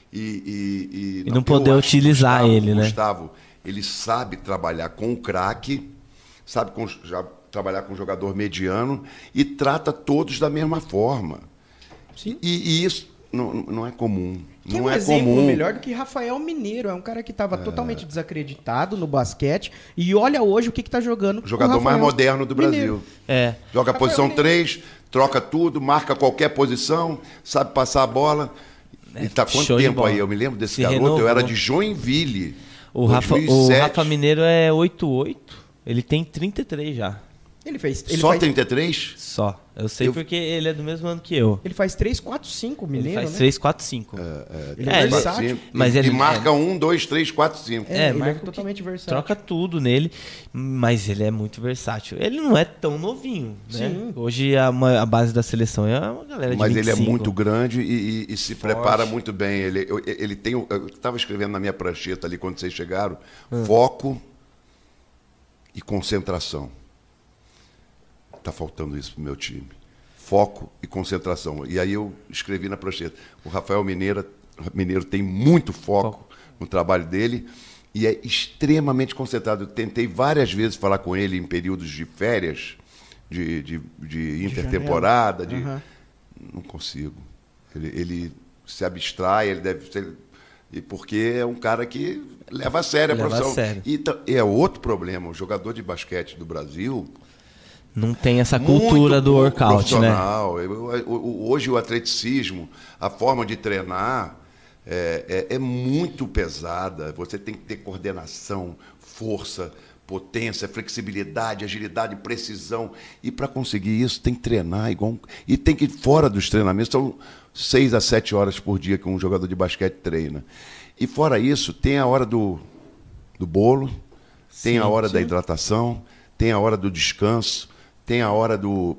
e não poder utilizar ele, né? Gustavo, ele sabe trabalhar com o craque, sabe trabalhar com um jogador mediano e trata todos da mesma forma. Sim. E isso não é comum. Que não é um é exemplo comum. melhor do que Rafael Mineiro. É um cara que estava totalmente desacreditado no basquete. E olha hoje o que está jogando. O jogador mais moderno do Mineiro. Brasil. Joga a posição Mineiro. 3, troca tudo, marca qualquer posição, sabe passar a bola. E tá quanto tempo aí? Eu me lembro desse garoto. Renovou. Eu era de Joinville. O 2007. Rafa Mineiro é 8'8". Ele tem 33 já. Ele fez. Só 33? Só. Eu sei porque ele é do mesmo ano que eu. Ele faz 3, 4, 5 Mineiro, Ele faz né? 3, 4, 5. Ele é versátil. Mas ele ele marca 1, 2, 3, 4, 5. Ele marca é totalmente versátil. Troca tudo nele, mas ele é muito versátil. Ele não é tão novinho, né? Sim. Hoje a base da seleção é uma galera de Mas 25. ele é muito grande e se prepara muito bem. Ele tem. Eu estava escrevendo na minha prancheta ali quando vocês chegaram: foco e concentração. Está faltando isso pro meu time. Foco e concentração. E aí eu escrevi na prancheta. O Rafael Mineiro tem muito foco no trabalho dele e é extremamente concentrado. Eu tentei várias vezes falar com ele em períodos de férias, de intertemporada. Não consigo. Ele se abstrai, ele deve ser... Porque é um cara que leva a sério a profissão. E é outro problema. O jogador de basquete do Brasil... Não tem essa cultura do workout, né? Hoje o atleticismo, a forma de treinar é muito pesada. Você tem que ter coordenação, força, potência, flexibilidade, agilidade, precisão. E para conseguir isso tem que treinar igual. E tem que ir fora dos treinamentos. São 6 a 7 horas por dia que um jogador de basquete treina. E fora isso, tem a hora do bolo, tem a hora da hidratação, tem a hora do descanso, tem a hora do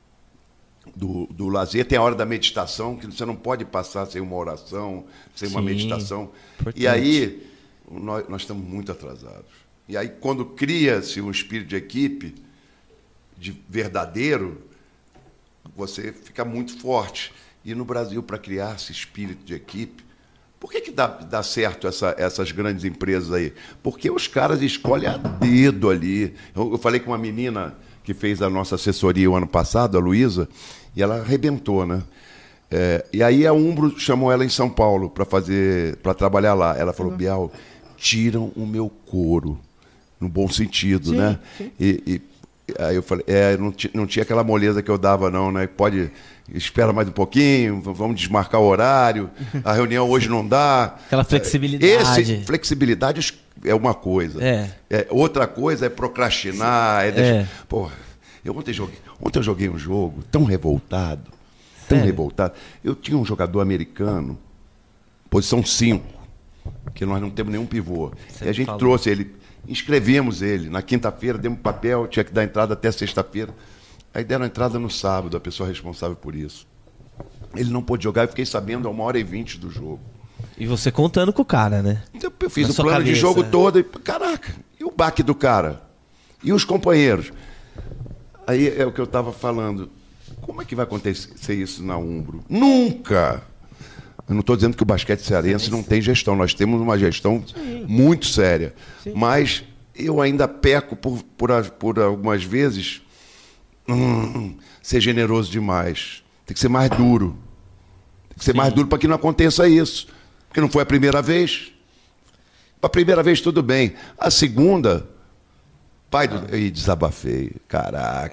lazer, tem a hora da meditação, que você não pode passar sem uma oração, sem uma meditação. Importante. E aí, nós estamos muito atrasados. E aí, quando cria-se um espírito de equipe, de verdadeiro, você fica muito forte. E no Brasil, para criar esse espírito de equipe, por que dá certo essas grandes empresas aí? Porque os caras escolhem a dedo ali. Eu falei com uma menina que fez a nossa assessoria o ano passado, a Luísa, e ela arrebentou, né? E aí a Umbro chamou ela em São Paulo para trabalhar lá. Ela falou: Bial, tiram o meu couro, no bom sentido, né? Sim. E aí eu falei, não tinha aquela moleza que eu dava, não, né? Espera mais um pouquinho, vamos desmarcar o horário, a reunião hoje não dá. Aquela flexibilidade. Flexibilidade é uma coisa. Outra coisa é procrastinar. Porra, ontem eu joguei um jogo tão revoltado, Eu tinha um jogador americano, posição 5, que nós não temos nenhum pivô. E a gente trouxe ele, inscrevemos ele. Na quinta-feira, demos papel, tinha que dar entrada até sexta-feira. Aí deram entrada no sábado, a pessoa responsável por isso. Ele não pôde jogar, eu fiquei sabendo a 1h20 do jogo. E você contando com o cara, né? Então, eu fiz o plano de jogo todo e, caraca, e o baque do cara? E os companheiros? Aí é o que eu estava falando. Como é que vai acontecer isso na Umbro? Nunca! Eu não estou dizendo que o basquete cearense não tem gestão. Nós temos uma gestão muito séria. Sim. Mas eu ainda peco por algumas vezes ser generoso demais. Tem que ser mais duro. Tem que ser mais duro para que não aconteça isso. Porque não foi a primeira vez. A primeira vez tudo bem. A segunda... Ih, desabafei, caraca.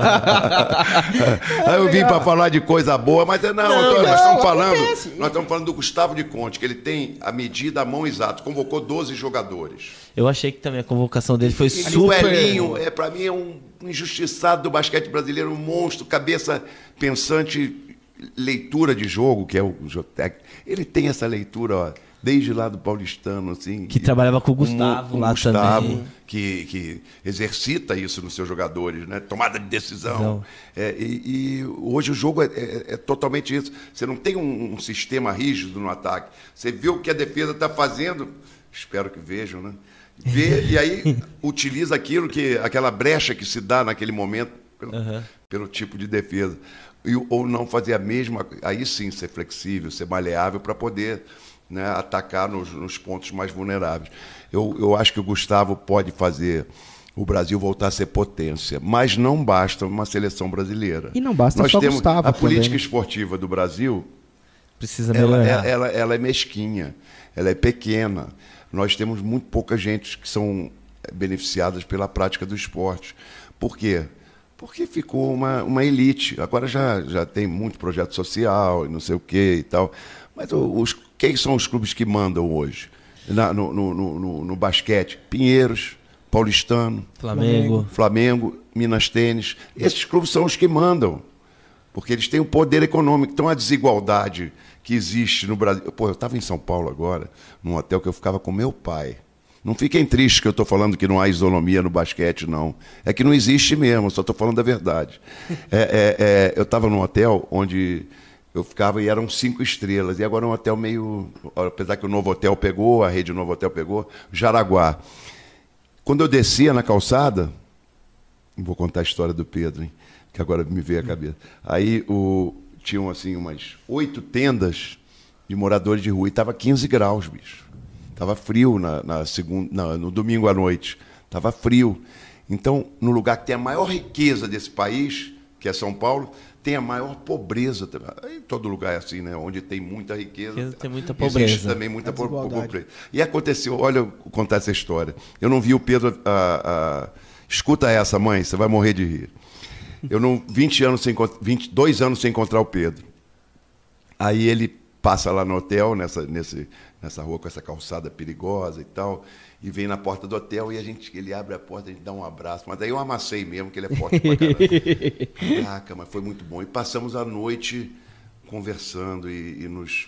Aí eu vim para falar de coisa boa, mas nós estamos falando do Gustavo de Conte, que ele tem a medida, a mão exata, convocou 12 jogadores. Eu achei que também a convocação dele foi super... O Elinho, para mim, é um injustiçado do basquete brasileiro, um monstro, cabeça pensante, leitura de jogo, que é o Jotec. Ele tem essa leitura, ó, desde lá do Paulistano, assim. Que trabalhava com o Gustavo lá também. Que exercita isso nos seus jogadores, né? Tomada de decisão. E hoje o jogo é totalmente isso. Você não tem um sistema rígido no ataque. Você vê o que a defesa está fazendo, espero que vejam, né? Vê, e aí utiliza aquela brecha que se dá naquele momento pelo tipo de defesa. Ou não fazer a mesma, aí sim ser flexível, ser maleável para poder, né, atacar nos pontos mais vulneráveis. Eu acho que o Gustavo pode fazer o Brasil voltar a ser potência, mas não basta uma seleção brasileira. E não basta Nós só temos Gustavo a política também. esportiva do Brasil precisa melhorar. Ela é mesquinha, ela é pequena. Nós temos muito pouca gente que são beneficiadas pela prática do esporte. Por quê? Porque ficou uma elite. Agora já tem muito projeto social e não sei o quê e tal. Mas quem são os clubes que mandam hoje? No basquete? Pinheiros, Paulistano, Flamengo, Minas Tênis. Esses clubes são os que mandam. Porque eles têm o poder econômico. Então a desigualdade que existe no Brasil... Pô, eu estava em São Paulo agora, num hotel que eu ficava com meu pai. Não fiquem tristes que eu estou falando que não há isonomia no basquete, não. É que não existe mesmo, só estou falando da verdade. Eu estava num hotel onde eu ficava e eram 5 estrelas. E agora é um hotel meio... Apesar que o Novo Hotel pegou, a rede Novo Hotel pegou, Jaraguá. Quando eu descia na calçada... Vou contar a história do Pedro, hein, que agora me veio à cabeça. Aí tinham assim, umas 8 tendas de moradores de rua e estava 15 graus, bicho. Estava frio no domingo à noite. Estava frio. Então, no lugar que tem a maior riqueza desse país, que é São Paulo, tem a maior pobreza. Em todo lugar é assim, né? Onde tem muita riqueza, tem muita pobreza. Existe também muita pobreza. E aconteceu, olha eu vou contar essa história. Eu não vi o Pedro... Escuta essa, mãe, você vai morrer de rir. 22 anos sem encontrar o Pedro. Aí ele passa lá no hotel, nessa rua com essa calçada perigosa e tal, e vem na porta do hotel e ele abre a porta e a gente dá um abraço. Mas daí eu amassei mesmo, que ele é forte pra caramba. Caraca, mas foi muito bom. E passamos a noite conversando e nos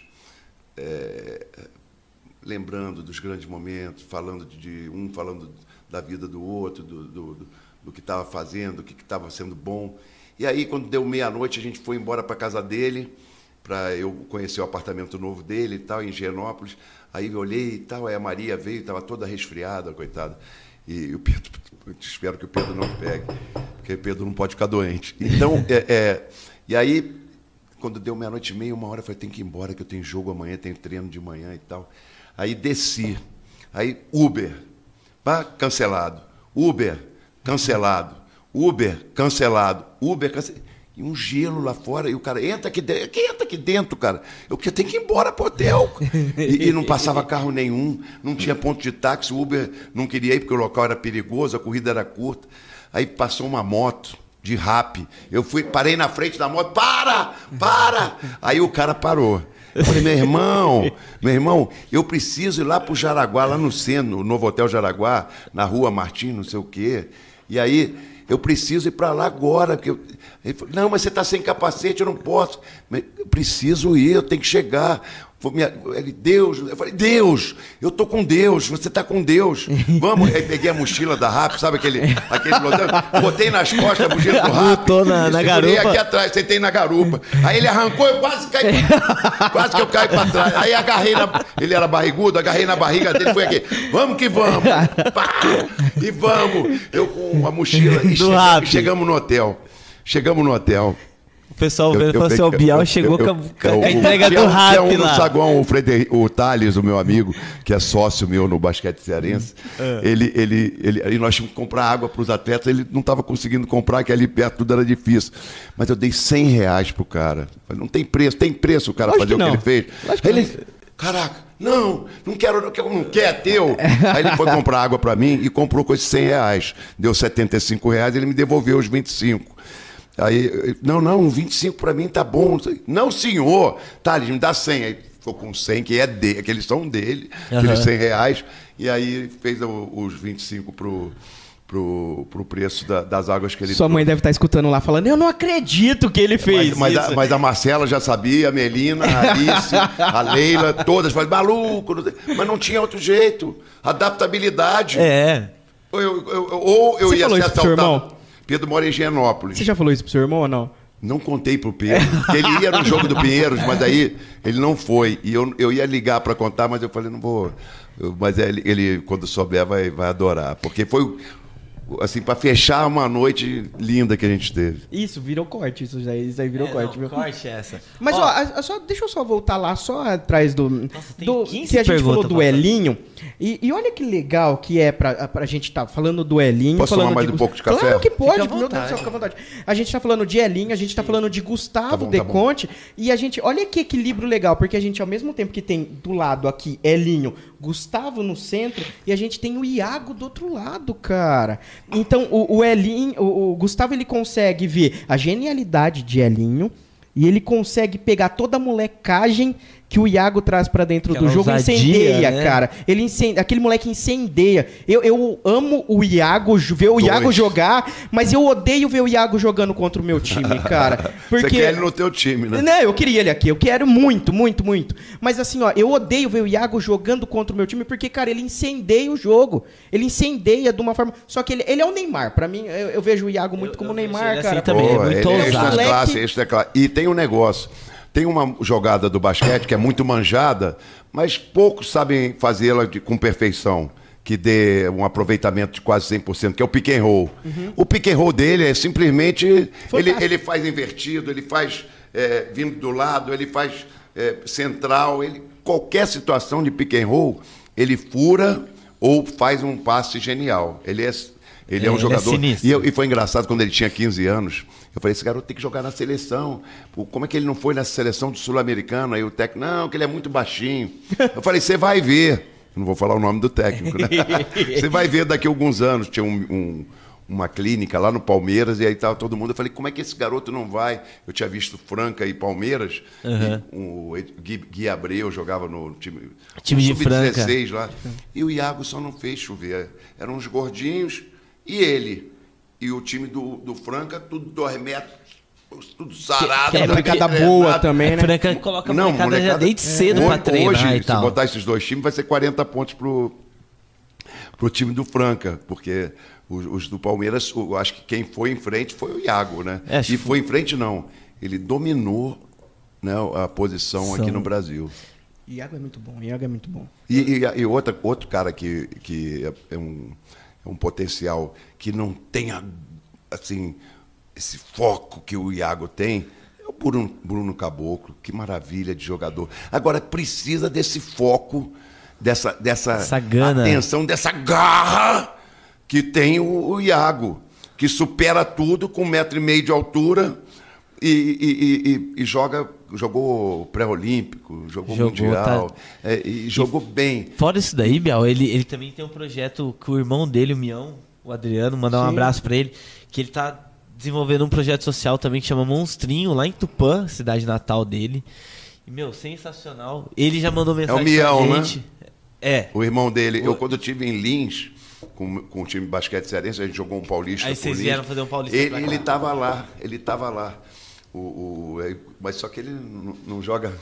lembrando dos grandes momentos, falando falando da vida do outro, do que estava fazendo, do que estava sendo bom. E aí, quando deu meia-noite, a gente foi embora para a casa dele, para eu conhecer o apartamento novo dele e tal, em Higienópolis. Aí eu olhei e tal, aí a Maria veio, estava toda resfriada, coitada. E o Pedro, espero que o Pedro não pegue, porque o Pedro não pode ficar doente. Então, e aí, quando deu meia-noite e meia, 1 hora, eu falei, tem que ir embora, que eu tenho jogo amanhã, tenho treino de manhã e tal. Aí desci, aí Uber, cancelado, Uber, cancelado, Uber, cancelado, Uber, cancelado. E um gelo lá fora, e o cara, entra aqui dentro. Quem entra aqui dentro, cara? Eu tenho que ir embora pro hotel. E não passava carro nenhum, não tinha ponto de táxi, o Uber não queria ir porque o local era perigoso, a corrida era curta. Aí passou uma moto de rap. Eu parei na frente da moto, para! Aí o cara parou. Eu falei, meu irmão, eu preciso ir lá pro Jaraguá, lá no centro, no Novo Hotel Jaraguá, na rua Martim, não sei o quê. E aí, eu preciso ir para lá agora. Ele falou, não, mas você está sem capacete, eu não posso. Mas eu preciso ir, eu tenho que chegar. Ele, Deus, eu falei, Deus, eu tô com Deus, você tá com Deus. Vamos, aí peguei a mochila da RAP, sabe aquele botei nas costas a mochila do RAP. Botou na garupa. Aqui atrás, sentei na garupa. Aí ele arrancou, eu quase que eu caí para trás. Aí agarrei ele era barrigudo, agarrei na barriga dele, foi aqui. Vamos que vamos. Pá, e vamos. Eu com a mochila e chegamos no hotel. O pessoal vendo falou assim, o Bial chegou com a entrega do rap lá. No saguão, o Thales, o meu amigo, que é sócio meu no basquete cearense, aí nós tínhamos que comprar água para os atletas, ele não estava conseguindo comprar, que ali perto tudo era difícil. Mas eu dei R$100 pro cara. Falei, não tem preço o cara fazer o que ele fez. Aí ele, caraca, não quero, não quer, é teu. Aí ele foi comprar água para mim e comprou com esses R$100. Deu R$75, ele me devolveu os 25. Aí, não, 25 para mim tá bom. Não, senhor. Tá, ele me dá 100. Aí ficou com 100, que eles são dele, aqueles R$100. E aí fez os 25 pro pro preço das águas que ele Sua mãe trouxe. deve estar escutando lá falando, eu não acredito que ele fez isso. Mas a Marcela já sabia, a Melina, a Alice, a Leila, todas falaram, maluco, mas não tinha outro jeito. Adaptabilidade. Ou eu Você ia falou ser isso pro seu irmão? assaltado. Pedro mora em Higienópolis. Você já falou isso pro seu irmão ou não? Não contei pro Pedro, porque ele ia no jogo do Pinheiros, mas aí ele não foi. E eu ia ligar para contar, mas eu falei, não vou. Mas ele, quando souber, vai adorar. Porque foi, assim, para fechar uma noite linda que a gente teve. Isso, virou corte, isso aí virou corte. Não, Viu? corte essa. Mas, deixa eu só voltar lá, só atrás do... Nossa, tem do 15 que a gente falou perguntas do pra Elinho. E olha que legal que é pra gente tá falando do Elinho. Posso falando tomar mais um pouco de café? Claro que pode, Fica à meu Deus do céu, vontade. fica à vontade. A gente tá falando de Elinho, a gente tá falando de Gustavo Tá bom. Deconte. E a gente, olha que equilíbrio legal, porque a gente, ao mesmo tempo que tem do lado aqui Elinho, Gustavo no centro, e a gente tem o Iago do outro lado, cara. Então, o Elinho, o Gustavo, ele consegue ver a genialidade de Elinho, e ele consegue pegar toda a molecagem que o Iago traz pra dentro Aquela do jogo e ousadia, incendeia, né? cara. Ele aquele moleque incendeia. Eu amo o Iago, ver o Iago jogar, mas eu odeio ver o Iago jogando contra o meu time, cara. Porque... Você quer ele no teu time, né? Não, eu queria ele aqui, eu quero muito, muito, muito. Mas assim, ó, eu odeio ver o Iago jogando contra o meu time, porque, cara, ele incendeia o jogo. Ele incendeia de uma forma... Só que ele é o Neymar. Pra mim, eu vejo o Iago muito como o vejo Neymar, ele cara. assim também. Pô, é muito ele ousado. extra classe. E tem um negócio. Tem uma jogada do basquete que é muito manjada, mas poucos sabem fazê-la com perfeição, que dê um aproveitamento de quase 100%, que é o pick and roll. O pick and roll dele é simplesmente... Ele faz invertido, ele faz vindo do lado, ele faz central, qualquer situação de pick and roll, ele fura ou faz um passe genial. Ele é um jogador... sinistro. E foi engraçado, quando ele tinha 15 anos, eu falei, esse garoto tem que jogar na seleção. Pô, como é que ele não foi nessa seleção do Sul-Americano? Aí o técnico, não, que ele é muito baixinho. Eu falei, você vai ver. Eu não vou falar o nome do técnico, né? Você vai ver daqui a alguns anos. Tinha uma clínica lá no Palmeiras, e aí estava todo mundo. Eu falei, como é que esse garoto não vai? Eu tinha visto Franca e Palmeiras. E o Gui Abreu jogava no time de Franca. Sub-16 lá. E o Iago só não fez chover. Eram uns gordinhos e ele. E o time do Franca, tudo 2 metros, tudo sarado. Que é molecada boa também, né? Franca coloca a molecada já desde cedo pra treinar hoje, e tal. se botar esses 2 times, vai ser 40 pontos pro time do Franca, porque os do Palmeiras, eu acho que quem foi em frente foi o Iago, né? E foi em frente, não. Ele dominou, né, a posição aqui no Brasil. Iago é muito bom, Iago é muito bom. E outro cara que é um potencial que não tem assim, esse foco que o Iago tem, é o Bruno Caboclo. Que maravilha de jogador. Agora, precisa desse foco, dessa gana, atenção, dessa garra que tem o Iago, que supera tudo com 1,5 m de altura e jogou pré-olímpico, jogou mundial, e jogou bem. Fora isso daí, Bial, ele também tem um projeto com o irmão dele, o Mião, o Adriano, mandar um abraço pra ele, que ele tá desenvolvendo um projeto social também que chama Monstrinho, lá em Tupã, cidade natal dele. E, meu, sensacional. Ele já mandou mensagem Mião, pra gente. Né? O irmão dele. Eu, quando eu estive em Lins, com o time de basquete cearense, a gente jogou um paulista. Aí vocês vieram fazer um paulista pra cá. Ele estava lá. Mas só que ele não joga...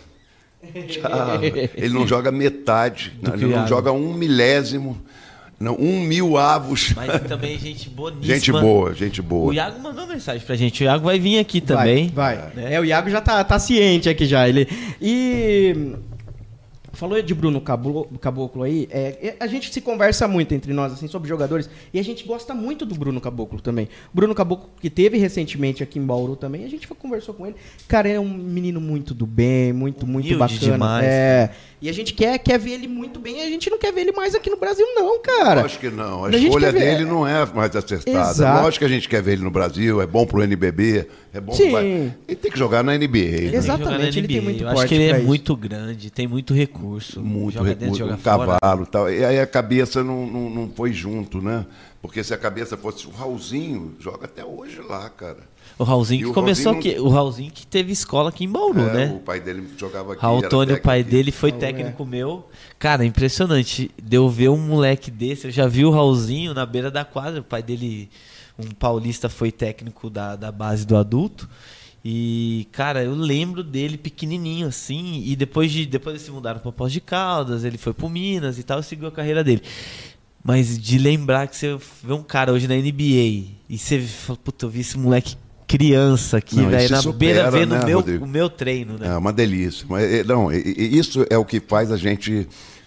ele não joga metade. Ele não joga 1 milésimo. Não, 1.000 avos. Mas também gente boníssima. Gente boa. O Iago mandou mensagem pra gente. O Iago vai vir aqui também. Vai. Né? O Iago já tá ciente aqui já. E... Falou de Bruno Caboclo aí, a gente se conversa muito entre nós assim, sobre jogadores, e a gente gosta muito do Bruno Caboclo também. Bruno Caboclo, que teve recentemente aqui em Bauru também, a gente conversou com ele. Cara, é um menino muito do bem, muito bacana. Demais, e a gente quer ver ele muito bem, e a gente não quer ver ele mais aqui no Brasil não, cara. Lógico que não, a escolha dele não é mais acertada. Exato. Lógico que a gente quer ver ele no Brasil, é bom pro NBB, é bom. Sim. Ele tem que jogar na NBA. Exatamente, ele tem muito Eu porte acho que ele pra é isso. muito grande, tem muito recurso. recurso. Muito joga dentro, recurso, joga um fora. cavalo e tal. E aí a cabeça não foi junto, né? Porque se a cabeça fosse o Raulzinho, joga até hoje lá, cara. O Raulzinho E que o começou Raulzinho aqui. O Raulzinho que teve escola aqui em Bauru, né? O pai dele jogava aqui. Raul era Tônio, o técnico pai aqui. dele, foi técnico meu. Cara, impressionante. Deu ver um moleque desse. Eu já vi o Raulzinho na beira da quadra. O pai dele, um paulista, foi técnico da base do adulto. E, cara, eu lembro dele pequenininho assim. E depois eles se mudaram para Poços de Caldas. Ele foi pro Minas e tal. Seguiu a carreira dele. Mas de lembrar que você vê um cara hoje na NBA e você fala, puta, eu vi esse moleque criança aqui, Não, velho, isso na supera, beira vendo né, o meu treino, né? É uma delícia. Mas, não, isso é o que faz a gente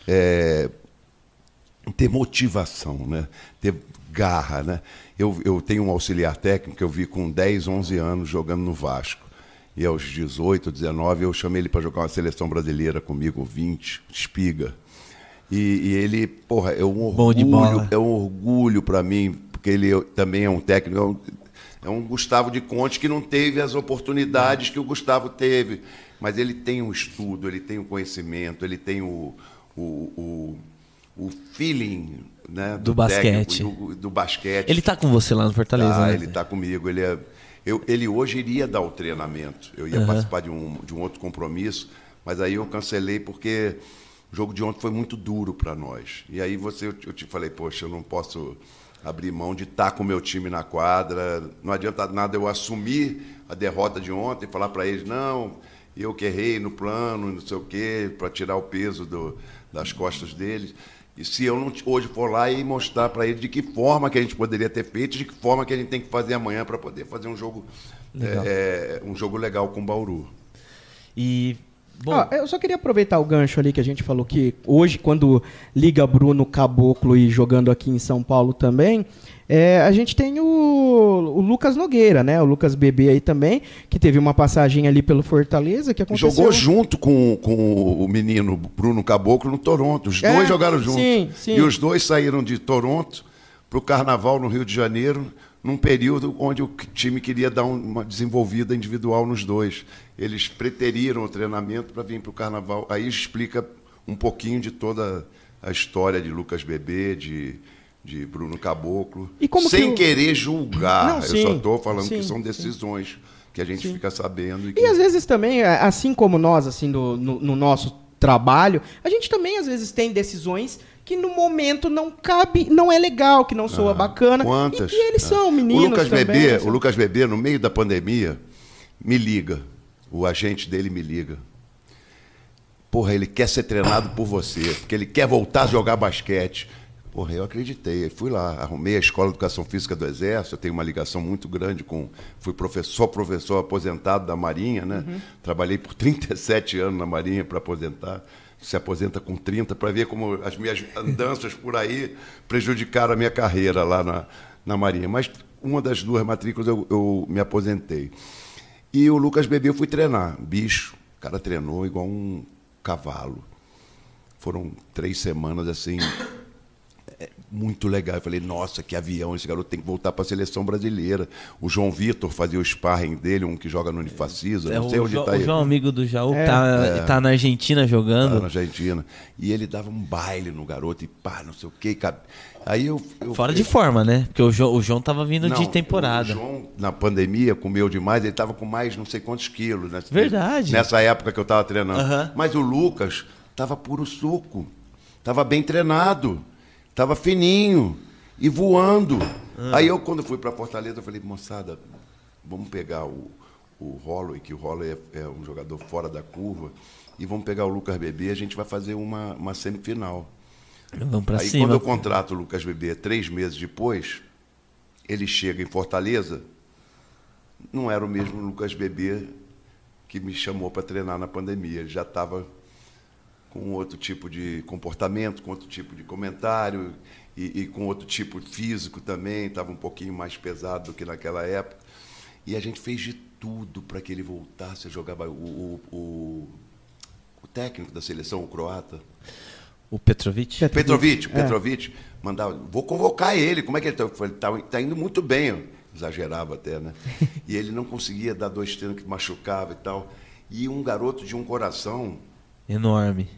ter motivação, né? Ter garra, né? Eu tenho um auxiliar técnico que eu vi com 10, 11 anos jogando no Vasco. E aos 18, 19, eu chamei ele para jogar uma seleção brasileira comigo, 20, Espiga. E ele, porra, é um Bom de bola. orgulho, é um orgulho para mim, porque ele também é um técnico, é um Gustavo de Conte que não teve as oportunidades que o Gustavo teve, mas ele tem um estudo, ele tem o conhecimento, ele tem o feeling, né, do basquete. técnico, do basquete. Ele tá com você lá no Fortaleza, né? Ele tá comigo, ele hoje iria dar o treinamento, eu ia participar de um outro compromisso, mas aí eu cancelei porque o jogo de ontem foi muito duro para nós. E aí eu te falei, poxa, eu não posso abrir mão de estar com o meu time na quadra. Não adianta nada eu assumir a derrota de ontem e falar para eles, não, eu que errei no plano, não sei o quê, para tirar o peso das costas deles. E se eu não hoje for lá e mostrar para eles de que forma que a gente poderia ter feito, de que forma que a gente tem que fazer amanhã para poder fazer um jogo legal, um jogo legal com o Bauru. E bom, eu só queria aproveitar o gancho ali que a gente falou que hoje, quando liga Bruno Caboclo e jogando aqui em São Paulo também, a gente tem o Lucas Nogueira, né? O Lucas Bebê aí também, que teve uma passagem ali pelo Fortaleza, que aconteceu... Jogou junto com o menino Bruno Caboclo no Toronto. Os dois jogaram junto. Sim, sim. E os dois saíram de Toronto para o Carnaval no Rio de Janeiro, num período onde o time queria dar uma desenvolvida individual nos dois. Eles preteriram o treinamento para vir para o Carnaval. Aí explica um pouquinho de toda a história de Lucas Bebê, de Bruno Caboclo, sem querer julgar. Não, sim, eu só estou falando que são sim. decisões que a gente fica sabendo. E às vezes também, assim como nós, assim, no nosso trabalho, a gente também às vezes tem decisões que no momento não cabe, não é legal, que não soa bacana. Quantas? E eles são meninos também. O Lucas Bebê, no meio da pandemia, me liga. O agente dele me liga. Porra, ele quer ser treinado por você, porque ele quer voltar a jogar basquete. Porra, eu acreditei. Fui lá, arrumei a Escola de Educação Física do Exército, eu tenho uma ligação muito grande com... Fui professor aposentado da Marinha, né? Trabalhei por 37 anos na Marinha para aposentar. Se aposenta com 30, para ver como as minhas andanças por aí prejudicaram a minha carreira lá na Marinha. Mas uma das duas matrículas eu me aposentei. E o Lucas Bebê eu fui treinar. Bicho, o cara treinou igual um cavalo. Foram 3 semanas assim... muito legal. Eu falei, nossa, que avião, esse garoto tem que voltar para a seleção brasileira. O João Vitor fazia o sparring dele, um que joga no Unifacisa, não sei onde está ele. O João, amigo do Jaú, tá na Argentina jogando. Tá na Argentina. E ele dava um baile no garoto e pá, não sei o quê. Aí Fora de forma, né? Porque o João tava vindo de temporada. O João, na pandemia, comeu demais, ele tava com mais não sei quantos quilos. Né? Verdade. Nessa época que eu tava treinando. Mas o Lucas tava puro suco. Tava bem treinado. Tava fininho e voando. Aí quando fui para Fortaleza, eu falei, moçada, vamos pegar o Holloway, que o Holloway é um jogador fora da curva, e vamos pegar o Lucas Bebê, a gente vai fazer uma semifinal. Vamos pra Aí cima. quando eu contrato o Lucas Bebê 3 meses depois, ele chega em Fortaleza, não era o mesmo Lucas Bebê que me chamou para treinar na pandemia. Ele já estava com outro tipo de comportamento, com outro tipo de comentário e com outro tipo físico também, estava um pouquinho mais pesado do que naquela época. E a gente fez de tudo para que ele voltasse a jogar. O técnico da seleção, o croata... O Petrovic? Petrovic mandava, vou convocar ele, como é que ele está? Eu falei, tá indo muito bem, eu exagerava até, né? E ele não conseguia dar 2 treinos que machucava e tal. E um garoto de um coração... enorme.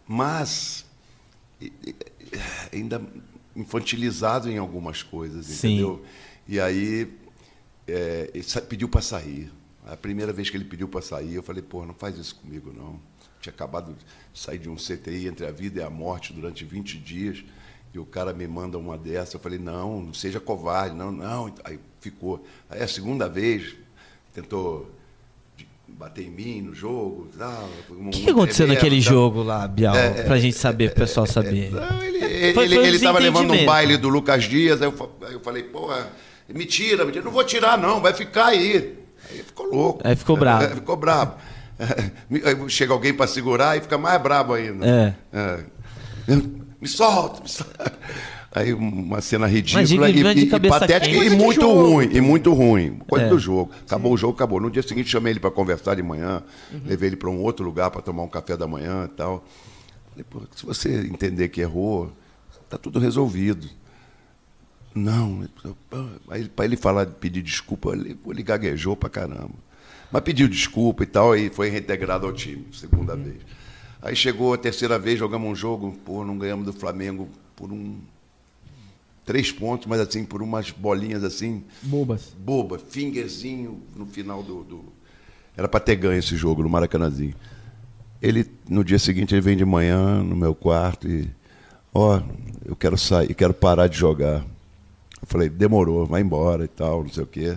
mas ainda infantilizado em algumas coisas, Sim. entendeu? E aí ele pediu para sair. A primeira vez que ele pediu para sair, eu falei, pô, não faz isso comigo, não. Tinha acabado de sair de um CTI entre a vida e a morte durante 20 dias, e o cara me manda uma dessa. Eu falei, não seja covarde, não. Aí ficou. Aí a segunda vez, tentou bater em mim no jogo. O que aconteceu naquele jogo lá, Bial? Pra gente saber, pro pessoal saber. Ele estava levando um baile do Lucas Dias, aí eu falei, pô, me tira, não vou tirar não, vai ficar aí. Aí ficou louco. Aí ficou bravo. Ficou bravo. Aí chega alguém para segurar e fica mais bravo ainda. Me solta. Aí uma cena ridícula e patética e muito ruim. Coisa do jogo. Acabou o jogo, acabou. No dia seguinte chamei ele para conversar de manhã, levei ele para um outro lugar para tomar um café da manhã e tal. Falei, pô, se você entender que errou, tá tudo resolvido. Não. Aí para ele falar, pedir desculpa, ele gaguejou pra caramba. Mas pediu desculpa e tal, e foi reintegrado ao time, segunda vez. Aí chegou a terceira vez, jogamos um jogo, pô, não ganhamos do Flamengo por 3 pontos, mas assim, por umas bolinhas assim... Bobas, fingerzinho no final do... Era para ter ganho esse jogo no Maracanãzinho. Ele, no dia seguinte, ele vem de manhã no meu quarto e... eu quero sair, quero parar de jogar. Eu falei, demorou, vai embora e tal, não sei o quê.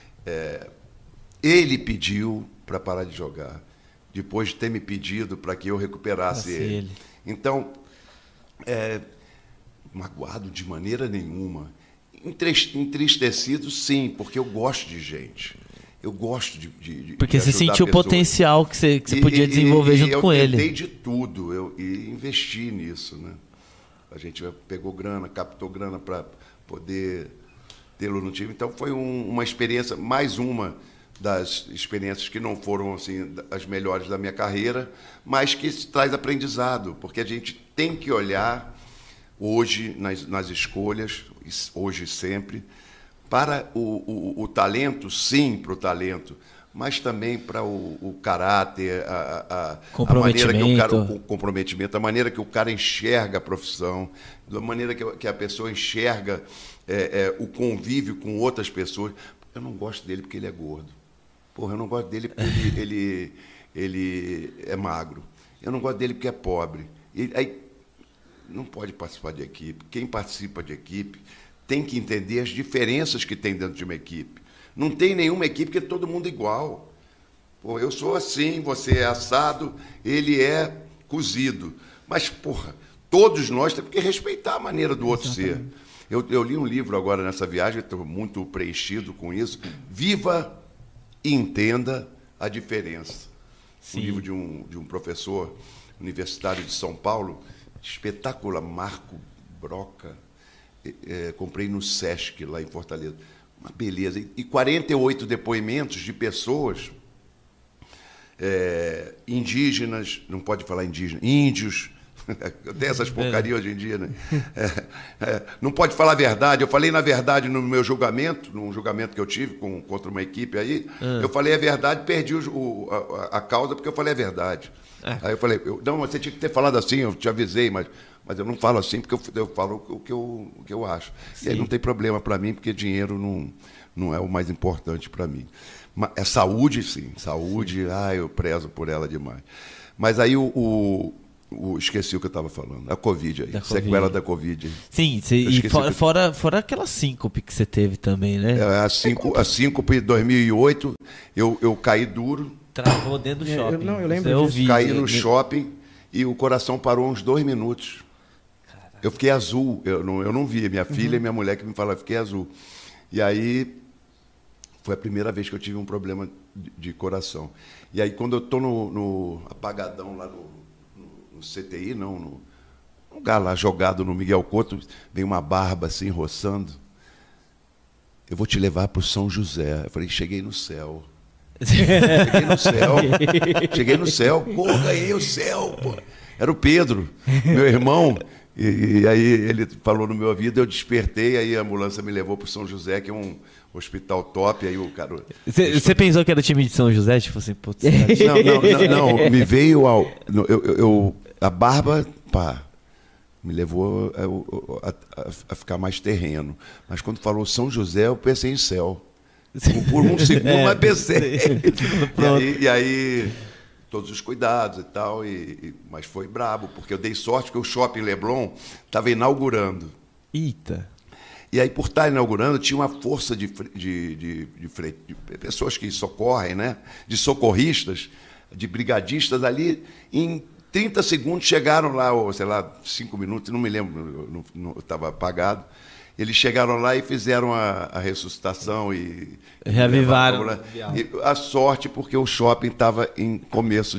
Ele pediu para parar de jogar, depois de ter me pedido para que eu recuperasse ele. Então, magoado de maneira nenhuma. Entristecido, sim, porque eu gosto de gente. Eu gosto de porque de você sentiu o potencial que você podia desenvolver junto com ele. Eu tentei de tudo, e investi nisso, né? A gente pegou grana, captou grana para poder tê-lo no time. Então foi uma experiência, mais uma das experiências que não foram assim as melhores da minha carreira, mas que traz aprendizado, porque a gente tem que olhar hoje nas escolhas, hoje e sempre, para o talento, sim, para o talento, mas também para o caráter, a maneira que o comprometimento, a maneira que o cara enxerga a profissão, da maneira que a pessoa enxerga o convívio com outras pessoas. Eu não gosto dele porque ele é gordo. Porra, eu não gosto dele porque ele é magro. Eu não gosto dele porque é pobre. Aí não pode participar de equipe. Quem participa de equipe tem que entender as diferenças que tem dentro de uma equipe. Não tem nenhuma equipe que é todo mundo igual. Pô, eu sou assim, você é assado, ele é cozido. Mas, porra, todos nós temos que respeitar a maneira do outro ser. Eu li um livro agora nessa viagem, estou muito preenchido com isso. Viva e entenda a diferença. Sim. Um livro de um professor universitário de São Paulo, espetacular, Marco Broca. Comprei no Sesc, lá em Fortaleza. Uma beleza. E 48 depoimentos de pessoas indígenas, não pode falar indígena, índios, tem essas porcarias hoje em dia, né? Não pode falar a verdade. Eu falei na verdade no meu julgamento, num julgamento que eu tive contra uma equipe aí, eu falei a verdade, perdi a causa porque eu falei a verdade. Aí eu falei, não, você tinha que ter falado assim, eu te avisei, mas eu não falo assim porque eu falo o que eu acho. Sim. E aí não tem problema para mim, porque dinheiro não é o mais importante para mim. É saúde, sim. Saúde, eu prezo por ela demais. Mas aí esqueci o que eu estava falando. A Covid aí, sequela da Covid. Sim, e fora aquela síncope que você teve também, né? A síncope de 2008, eu caí duro. Travou dentro do shopping. Eu lembro disso. Caí no shopping e o coração parou uns 2 minutos. Caraca. Eu fiquei azul. Eu não vi. Minha filha e minha mulher que me falaram, fiquei azul. E aí foi a primeira vez que eu tive um problema de coração. E aí quando eu estou no apagadão lá no CTI, num lugar lá jogado no Miguel Couto, vem uma barba assim roçando. Eu vou te levar para o São José. Eu falei, cheguei no céu. Cheguei no céu, pô, ganhei o céu, pô. Era o Pedro, meu irmão, e aí ele falou no meu ouvido, eu despertei, aí a ambulância me levou para o São José, que é um hospital top, aí o cara... Você pensou que era o time de São José? Tipo assim, putz... Não, me veio a barba, pá, me levou a ficar mais terreno. Mas quando falou São José, eu pensei em céu. Por um segundo, mas pensei. E aí, todos os cuidados e tal, mas foi brabo, porque eu dei sorte que o Shopping Leblon estava inaugurando. Eita. E aí, por estar inaugurando, tinha uma força de pessoas que socorrem, né? De socorristas, de brigadistas ali, em 30 segundos chegaram lá, ou sei lá, 5 minutos, não me lembro, estava apagado. Eles chegaram lá e fizeram a ressuscitação e reavivaram. E a sorte, porque o shopping estava em começo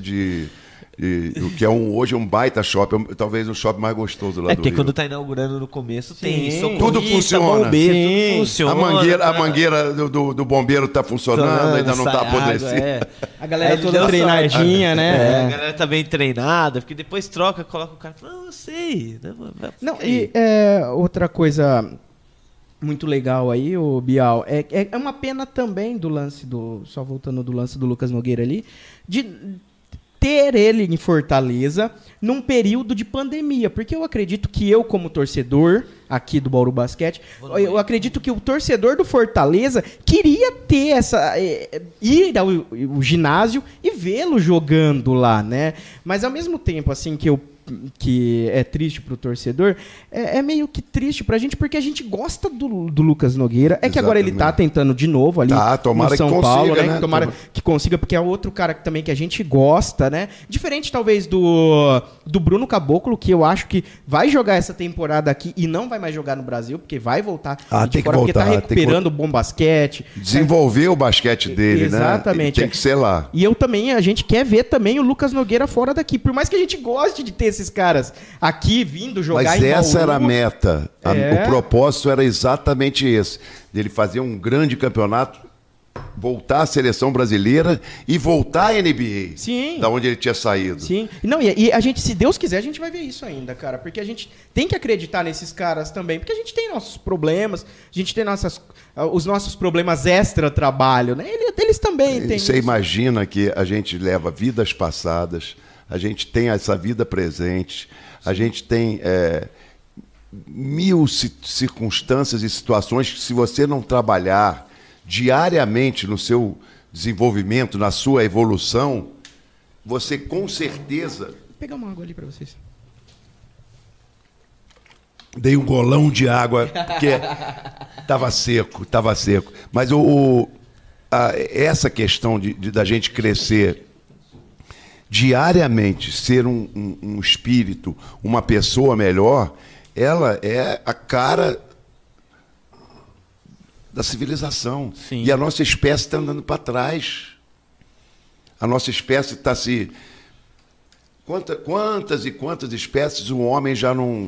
o que é hoje um baita shopping, talvez o shopping mais gostoso lá do Rio. Porque quando está inaugurando no começo, tem tudo funciona. Bombeiro, tudo funciona. A mangueira do bombeiro está funcionando, ainda não está apodrecida. A galera toda treinadinha, né? A galera tá bem treinada, porque depois troca, coloca o cara e fala, não, eu sei. Não, e outra coisa muito legal aí, o Bial, é uma pena também só voltando do lance do Lucas Nogueira ali, de ter ele em Fortaleza num período de pandemia, porque eu acredito que eu, como torcedor aqui do Bauru Basquete, eu acredito que o torcedor do Fortaleza queria ter ir ao ginásio e vê-lo jogando lá, né? Mas ao mesmo tempo, assim, que é triste pro torcedor, é meio que triste pra gente, porque a gente gosta do Lucas Nogueira. É que agora ele tá tentando de novo ali no São Paulo, né? Tomara que consiga, porque é outro cara também que a gente gosta, né? Diferente, talvez, do Bruno Caboclo, que eu acho que vai jogar essa temporada aqui e não vai mais jogar no Brasil, porque vai voltar de fora, porque tá recuperando o bom basquete. Desenvolver o basquete dele, exatamente, né? Tem que ser lá. E a gente quer ver também o Lucas Nogueira fora daqui. Por mais que a gente goste de ter esses caras aqui vindo jogar. Mas essa era a meta. O propósito era exatamente esse. Dele fazer um grande campeonato, voltar à seleção brasileira e voltar à NBA. Sim. Da onde ele tinha saído. Sim. Não, e a gente, se Deus quiser, a gente vai ver isso ainda, cara. Porque a gente tem que acreditar nesses caras também. Porque a gente tem nossos problemas, a gente tem os nossos problemas extra-trabalho, né? Eles também têm. Você imagina que a gente leva vidas passadas, a gente tem essa vida presente, a gente tem mil circunstâncias e situações que, se você não trabalhar diariamente no seu desenvolvimento, na sua evolução, você com certeza... Vou pegar uma água ali para vocês. Dei um golão de água, porque estava seco. Mas essa questão da gente crescer diariamente, ser um espírito, uma pessoa melhor, ela é a cara da civilização. Sim. E a nossa espécie está andando para trás. A nossa espécie está se... Quantas e quantas espécies o homem já não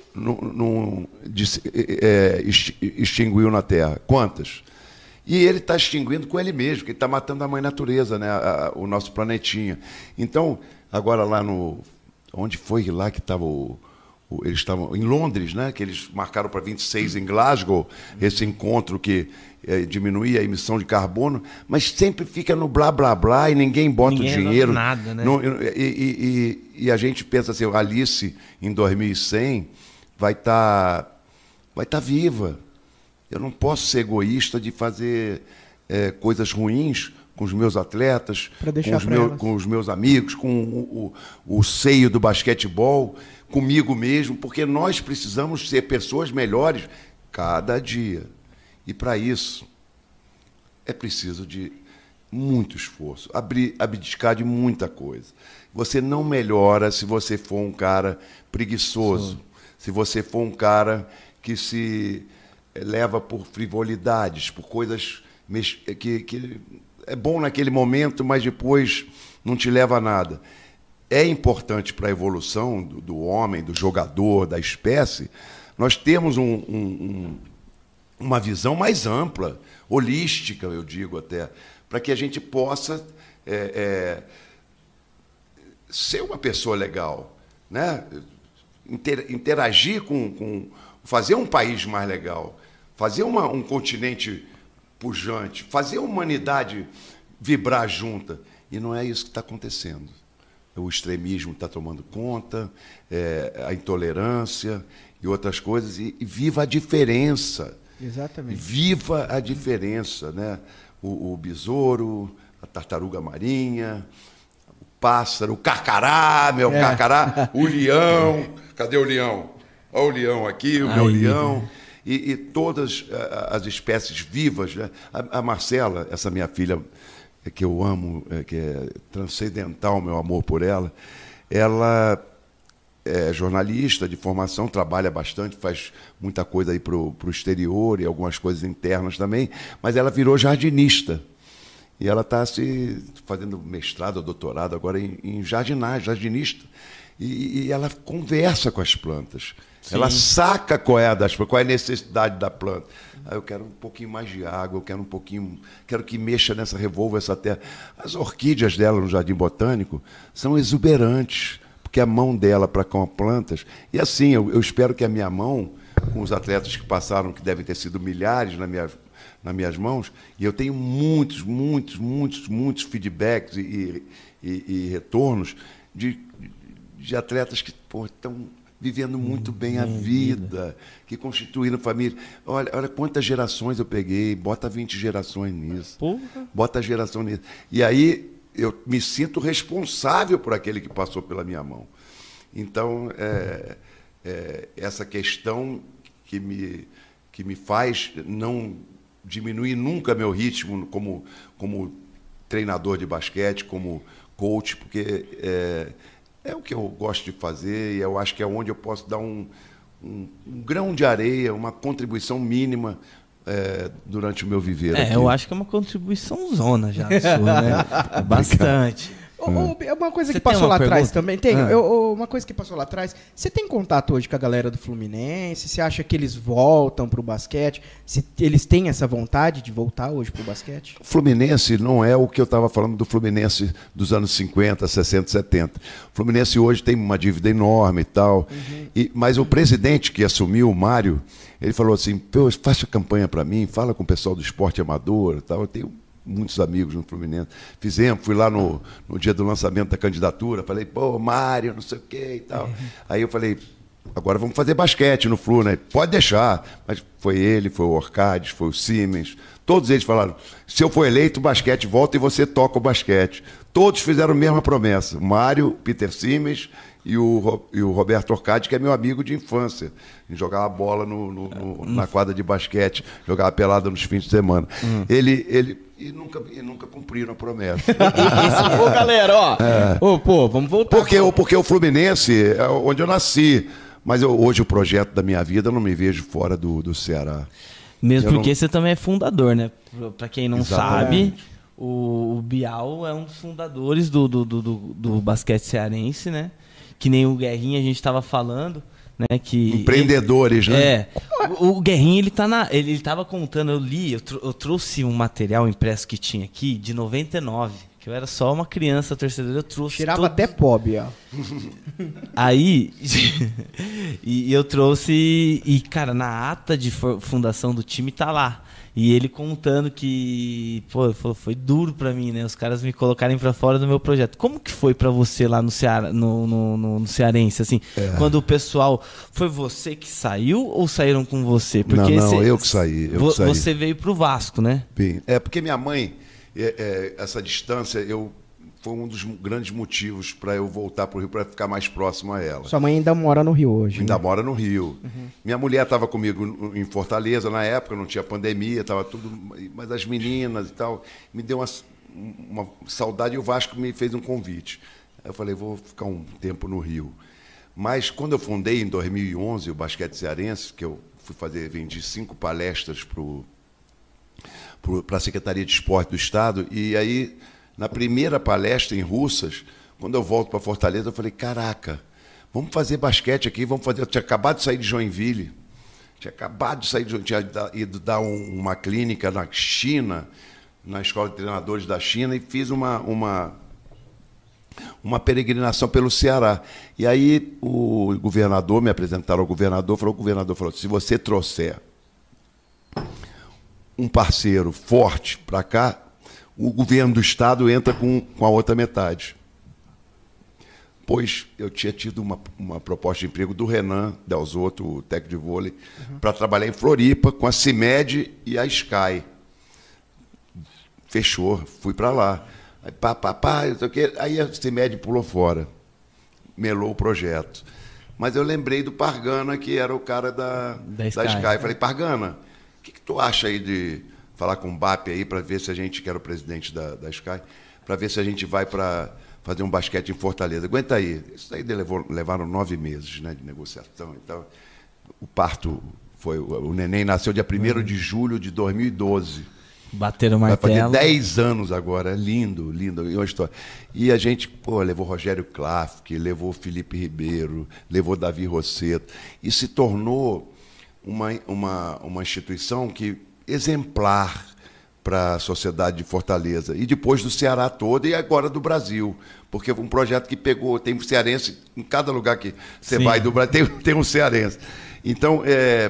extinguiu na Terra? Quantas? E ele está extinguindo com ele mesmo, que ele está matando a mãe natureza, né? O nosso planetinha. Então, agora lá onde foi lá que estava eles estavam em Londres, né? Que eles marcaram para 26 em Glasgow, esse encontro que diminuía a emissão de carbono, mas sempre fica no blá blá blá e ninguém bota o dinheiro. Nada, né? E a gente pensa assim, Alice em 2100 vai estar viva. Eu não posso ser egoísta de fazer coisas ruins com os meus atletas, com os meus amigos, com o seio do basquetebol, comigo mesmo, porque nós precisamos ser pessoas melhores cada dia. E para isso é preciso de muito esforço, abdicar de muita coisa. Você não melhora se você for um cara preguiçoso, se você for um cara que se leva por frivolidades, por coisas que é bom naquele momento, mas depois não te leva a nada. É importante para a evolução do homem, do jogador, da espécie, nós temos uma visão mais ampla, holística, eu digo até, para que a gente possa ser uma pessoa legal, né? Interagir fazer um país mais legal, fazer um continente pujante, fazer a humanidade vibrar junta. E não é isso que está acontecendo. o extremismo está tomando conta, a intolerância e outras coisas, e viva a diferença. Exatamente. Viva a diferença, né? O besouro, a tartaruga marinha, o pássaro, o carcará, carcará, o leão. Cadê o leão? Olha o leão aqui, o meu leão. E todas as espécies vivas, né? A Marcela, essa minha filha que eu amo, que é transcendental meu amor por ela, ela é jornalista de formação, trabalha bastante, faz muita coisa aí para o exterior e algumas coisas internas também, mas ela virou jardinista. E ela está se fazendo mestrado, doutorado agora em jardinista. E ela conversa com as plantas. Sim. Ela saca qual é a necessidade da planta. Eu quero um pouquinho mais de água, eu quero quero que mexa revolva essa terra. As orquídeas dela no Jardim Botânico são exuberantes, porque a mão dela para com plantas... E assim, eu espero que a minha mão, com os atletas que passaram, que devem ter sido milhares nas minhas mãos, e eu tenho muitos feedbacks e retornos de atletas que estão vivendo muito bem a vida, que constituíram família. Olha quantas gerações eu peguei, bota 20 gerações nisso. Porra. Bota a geração nisso. E aí eu me sinto responsável por aquele que passou pela minha mão. Então, essa questão que me faz não diminuir nunca meu ritmo como treinador de basquete, como coach, porque é o que eu gosto de fazer e eu acho que é onde eu posso dar um grão de areia, uma contribuição mínima durante o meu viver aqui. Eu acho que é uma contribuição zona já sua, né? Bastante. Uma coisa que passou lá atrás também. Tenho. Uma coisa que passou lá atrás. Você tem contato hoje com a galera do Fluminense? Você acha que eles voltam pro basquete? Se eles têm essa vontade de voltar hoje pro basquete? O Fluminense não é o que eu estava falando do Fluminense dos anos 50, 60, 70. O Fluminense hoje tem uma dívida enorme e tal. Mas o presidente que assumiu, o Mário, ele falou assim, faça campanha para mim, fala com o pessoal do esporte amador e tal. Eu tenho muitos amigos no Fluminense. Fui lá no dia do lançamento da candidatura, falei, Mário, não sei o quê e tal. Aí eu falei, agora vamos fazer basquete no Flu, né? Pode deixar. Mas foi ele, foi o Orcades, foi o Siemens. Todos eles falaram, se eu for eleito, o basquete volta e você toca o basquete. Todos fizeram a mesma promessa. O Mário, Peter Siemens e o Roberto Orcades, que é meu amigo de infância. A gente jogava bola na quadra de basquete, jogava pelada nos fins de semana. E nunca cumpriram a promessa. Galera, vamos voltar. Porque o Fluminense é onde eu nasci. Mas hoje o projeto da minha vida eu não me vejo fora do Ceará. Mesmo porque você também é fundador, né? Para quem não sabe, o Bial é um dos fundadores do basquete cearense, né? Que nem o Guerrinha a gente estava falando, né? Que empreendedores, né? O Guerrinha, ele tava contando, eu trouxe um material impresso que tinha aqui de 99, que eu era só uma criança torcedora, eu trouxe. Tirava até pobre, ó. Aí, e eu trouxe, cara, na ata de fundação do time tá lá. E ele contando que, foi duro pra mim, né? Os caras me colocarem pra fora do meu projeto. Como que foi pra você lá no Ceará, no Cearense, assim? Quando o pessoal... Foi você que saiu ou saíram com você? Porque eu que saí. Você veio pro Vasco, né? Bem, porque minha mãe, essa distância, foi um dos grandes motivos para eu voltar para o Rio, para ficar mais próximo a ela. Sua mãe ainda mora no Rio hoje? Ainda mora no Rio. Minha mulher estava comigo em Fortaleza na época, não tinha pandemia, estava tudo... Mas as meninas e tal, me deu uma saudade e o Vasco me fez um convite. Eu falei, vou ficar um tempo no Rio. Mas quando eu fundei em 2011 o Basquete Cearense, que eu vendi 5 palestras para a Secretaria de Esporte do Estado, e aí... Na primeira palestra em Russas, quando eu volto para Fortaleza, eu falei, caraca, vamos fazer basquete aqui, eu tinha acabado de sair de Joinville, tinha ido dar uma clínica na China, na Escola de Treinadores da China, e fiz uma peregrinação pelo Ceará. E aí o governador, me apresentaram ao governador, o governador falou, se você trouxer um parceiro forte para cá, o governo do estado entra com a outra metade. depois eu tinha tido uma proposta de emprego do Renan Delzotto, o técnico de vôlei, para trabalhar em Floripa com a CIMED e a Sky. Fechou, fui para lá. Aí, não sei o quê. Aí a CIMED pulou fora, melou o projeto. Mas eu lembrei do Pargana, que era o cara da Sky. Falei, Pargana, o que tu acha aí de falar com o BAP aí para ver se a gente, que era o presidente da Sky, para ver se a gente vai para fazer um basquete em Fortaleza. Aguenta aí. Isso aí levaram 9 meses, né, de negociação e tal. O parto foi... O neném nasceu dia 1º de julho de 2012. Bateram o martelo. Vai fazer 10 anos agora. É lindo, lindo. E uma história. E a gente, levou Rogério Klafke, levou Felipe Ribeiro, levou Davi Rosseto. E se tornou uma instituição exemplar para a sociedade de Fortaleza, e depois do Ceará todo e agora do Brasil, porque foi um projeto que pegou, tem um cearense em cada lugar que você vai do Brasil, tem um cearense. Então,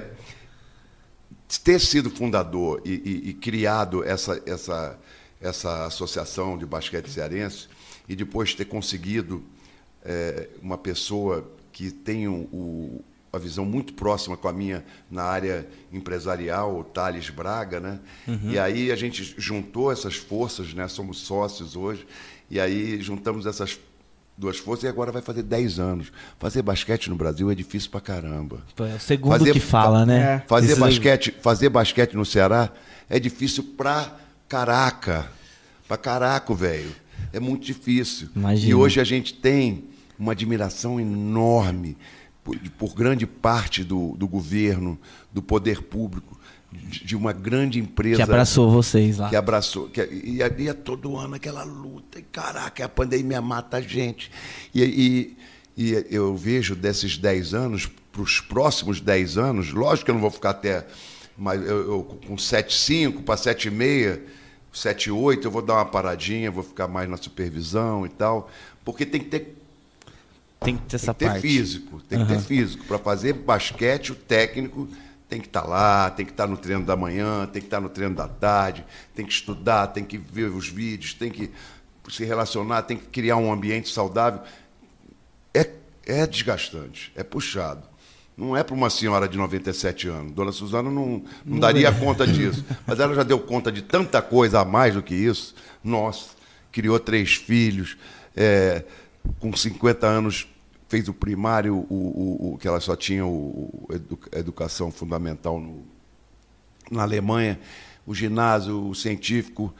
ter sido fundador e criado essa associação de basquete cearense, e depois ter conseguido uma pessoa que tem a visão muito próxima com a minha na área empresarial, o Thales Braga, né? E aí a gente juntou essas forças, né? Somos sócios hoje, e aí juntamos essas duas forças e agora vai fazer 10 anos. Fazer basquete no Brasil é difícil pra caramba. É o segundo que fala, né? Fazer basquete no Ceará é difícil pra caraca. Pra caraco, velho. É muito difícil. Imagina. E hoje a gente tem uma admiração enorme por grande parte do governo, do poder público, de uma grande empresa... Que abraçou vocês lá. Que abraçou. E é todo ano aquela luta. E, caraca, a pandemia mata a gente. E eu vejo desses 10 anos, para os próximos 10 anos, lógico que eu não vou ficar até... Mas eu com 7,5 para 7,6, 7,8, eu vou dar uma paradinha, vou ficar mais na supervisão e tal, porque tem que ter essa parte. Tem que ter físico. Para fazer basquete, o técnico tem que estar lá, tem que estar no treino da manhã, tem que estar no treino da tarde, tem que estudar, tem que ver os vídeos, tem que se relacionar, tem que criar um ambiente saudável. É desgastante, é puxado. Não é para uma senhora de 97 anos. Dona Suzana não daria conta disso. Mas ela já deu conta de tanta coisa a mais do que isso. Nossa, criou 3 filhos, com 50 anos fez o primário, que ela só tinha a educação fundamental na Alemanha, o ginásio, o científico,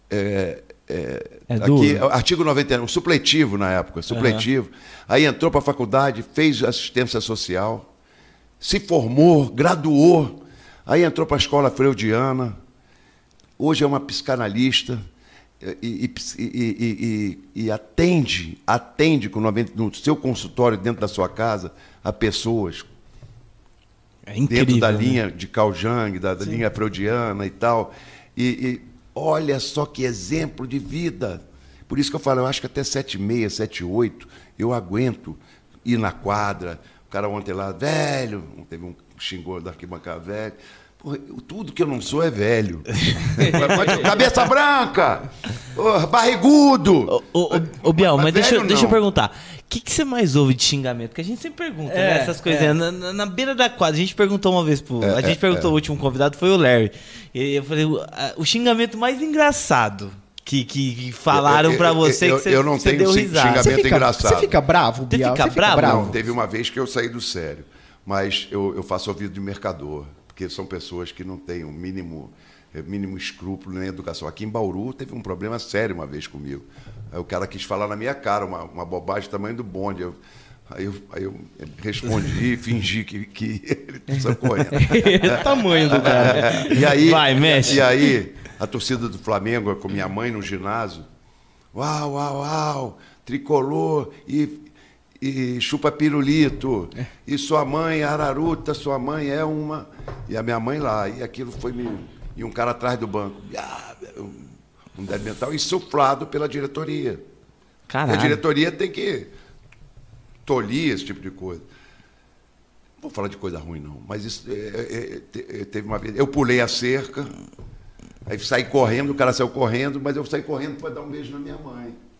aqui, artigo 91, o supletivo na época, supletivo. Aí entrou para a faculdade, fez assistência social, se formou, graduou, aí entrou para a escola freudiana, hoje é uma psicanalista, e atende no seu consultório, dentro da sua casa, a pessoas incrível, dentro da né? linha de Carl Jung, da linha freudiana e tal. E olha só que exemplo de vida. Por isso que eu falo, eu acho que até 7,6, 7,8 eu aguento ir na quadra. O cara ontem lá, velho, teve um xingou da arquibancada, velho. Porra, tudo que eu não sou é velho. Cabeça branca, barrigudo. Ô Biel, mas deixa velho, eu perguntar. O que você mais ouve de xingamento? Porque a gente sempre pergunta, né? Essas coisinhas. Na beira da quadra, a gente perguntou uma vez o último convidado foi o Larry. E eu falei, o xingamento mais engraçado que falaram pra você, que eu não você tenho deu risada. xingamento engraçado. Você fica bravo, Biel? Você fica bravo? Não, teve uma vez que eu saí do sério. Mas eu faço ouvido de mercador. Porque são pessoas que não têm o mínimo escrúpulo nem educação. Aqui em Bauru teve um problema sério uma vez comigo. Aí o cara quis falar na minha cara uma bobagem do tamanho do bonde. Aí eu respondi, fingi que ele estava correndo. O tamanho do cara. E aí, vai, mexe. E aí, a torcida do Flamengo, com minha mãe no ginásio, uau, uau, uau, tricolor e chupa pirulito, e sua mãe, Araruta, sua mãe é uma... E a minha mãe lá, e aquilo foi... E um cara atrás do banco, um débil mental, insuflado pela diretoria. Caralho. E a diretoria tem que tolir esse tipo de coisa. Não vou falar de coisa ruim, não, mas isso teve uma vez... Eu pulei a cerca, aí saí correndo, o cara saiu correndo, mas eu saí correndo para dar um beijo na minha mãe.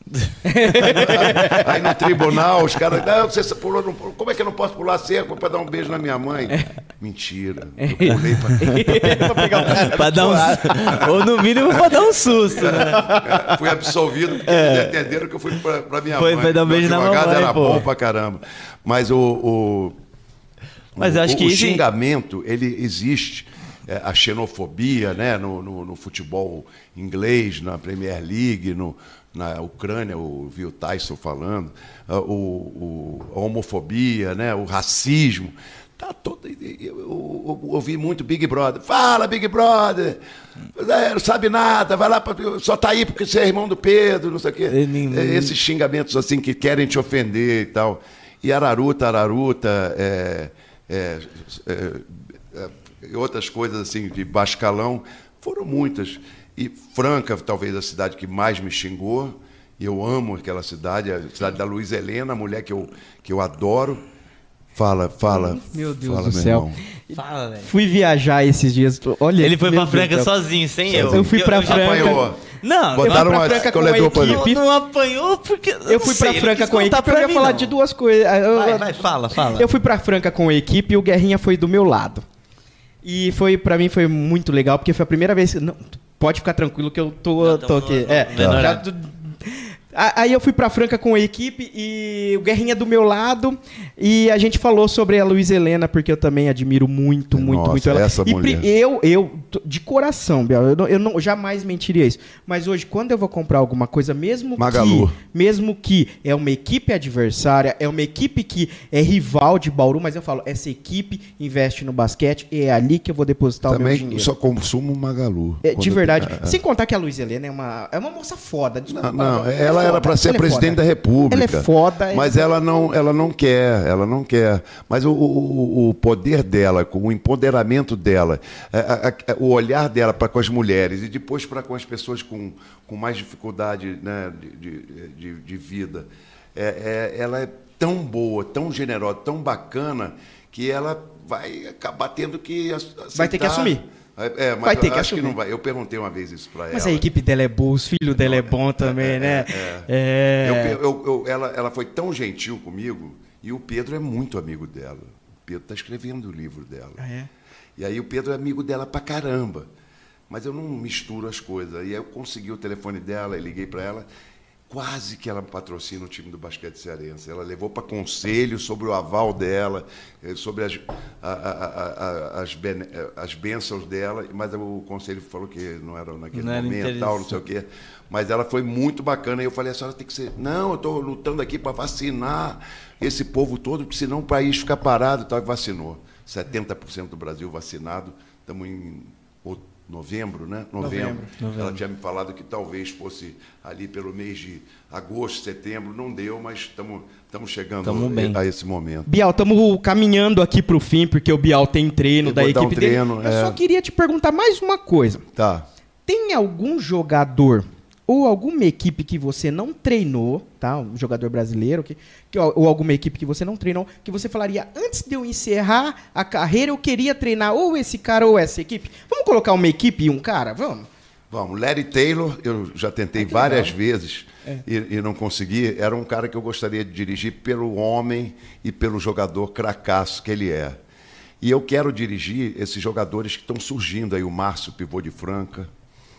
Aí no tribunal, os caras, não, você pulou, não, como é que eu não posso pular cerca para dar um beijo na minha mãe? Mentira, eu pulei para pegar o cara. Pra dar ou no mínimo pra dar um susto, né? Fui absolvido porque eles entenderam que eu fui para minha mãe. Foi dar um beijo na mamãe, era pô. bom pra caramba. Mas Mas eu acho que o xingamento, ele existe. A xenofobia, né, no futebol inglês, na Premier League, na Ucrânia, eu vi o Tyson falando, a homofobia, né, o racismo. Tá todo, eu ouvi muito Big Brother. Fala, Big Brother! Não sabe nada, vai lá, só tá aí porque você é irmão do Pedro, não sei o quê. Esses xingamentos assim que querem te ofender e tal. E Araruta, e outras coisas assim de baixo calão, foram muitas. E Franca, talvez a cidade que mais me xingou, e eu amo aquela cidade, a cidade da Luiz Helena, a mulher que eu adoro. Fala. Meu Deus fala, do meu céu. irmão. Fala, velho. Fui viajar esses dias. Olha, Ele foi meu pra Franca Deus do céu. sozinho, sem eu. Eu fui pra já Franca. Apanhou. Não, Botaram pra uma Franca com escolhedor a pra equipe. não apanhou porque... Eu fui pra Franca com a equipe, eu ia falar de duas coisas. Vai, fala. Eu fui pra Franca com a equipe e o Guerrinha foi do meu lado. E pra mim foi muito legal, porque foi a primeira vez... Não, pode ficar tranquilo que eu tô aqui. Aí eu fui pra Franca com a equipe e o Guerrinha do meu lado e a gente falou sobre a Luiz Helena, porque eu também admiro muito ela. Essa mulher. Eu de coração, Biel, eu jamais mentiria isso. Mas hoje, quando eu vou comprar alguma coisa, mesmo que é uma equipe adversária, é uma equipe que é rival de Bauru, mas eu falo, essa equipe investe no basquete e é ali que eu vou depositar o meu dinheiro. Também só consumo Magalu. De verdade. Sem contar que a Luiz Helena é uma moça foda. Desculpa, não, ela era para ser presidente da República. Ela é foda. Mas ela não quer. Mas o poder dela, o empoderamento dela, o olhar dela para com as mulheres e depois para com as pessoas com mais dificuldade, né, de vida, ela é tão boa, tão generosa, tão bacana, que ela vai acabar tendo que aceitar. Vai ter que assumir. Mas vai ter eu que acho assumir. que não vai. Eu perguntei uma vez isso para ela. Mas a equipe dela é boa, os filhos dela é bom também, né? Ela foi tão gentil comigo, e o Pedro é muito amigo dela. O Pedro está escrevendo o livro dela. E aí o Pedro é amigo dela pra caramba. Mas eu não misturo as coisas. E aí eu consegui o telefone dela, e liguei para ela. Quase que ela patrocina o time do basquete cearense. Ela levou para conselho sobre o aval dela, sobre as bênçãos dela, mas o conselho falou que não era naquele momento, tal, não sei o quê. Mas ela foi muito bacana. E eu falei, a senhora tem que ser... Não, eu estou lutando aqui para vacinar esse povo todo, porque senão o país fica parado. Tal, e vacinou. 70% do Brasil vacinado. Estamos em novembro, né? Novembro. Ela tinha me falado que talvez fosse ali pelo mês de agosto, setembro. Não deu, mas estamos chegando a esse momento. Bial, estamos caminhando aqui para o fim, porque o Bial tem treino da equipe dele. Eu só queria te perguntar mais uma coisa. Tá. Tem algum jogador ou alguma equipe que você não treinou, tá? Um jogador brasileiro, ou alguma equipe que você não treinou, que você falaria, antes de eu encerrar a carreira, eu queria treinar ou esse cara ou essa equipe? Vamos colocar uma equipe e um cara? Vamos? Vamos. Larry Taylor, eu já tentei várias vezes e não consegui. Era um cara que eu gostaria de dirigir pelo homem e pelo jogador cracaço que ele é. E eu quero dirigir esses jogadores que estão surgindo aí, o Márcio, pivô de Franca,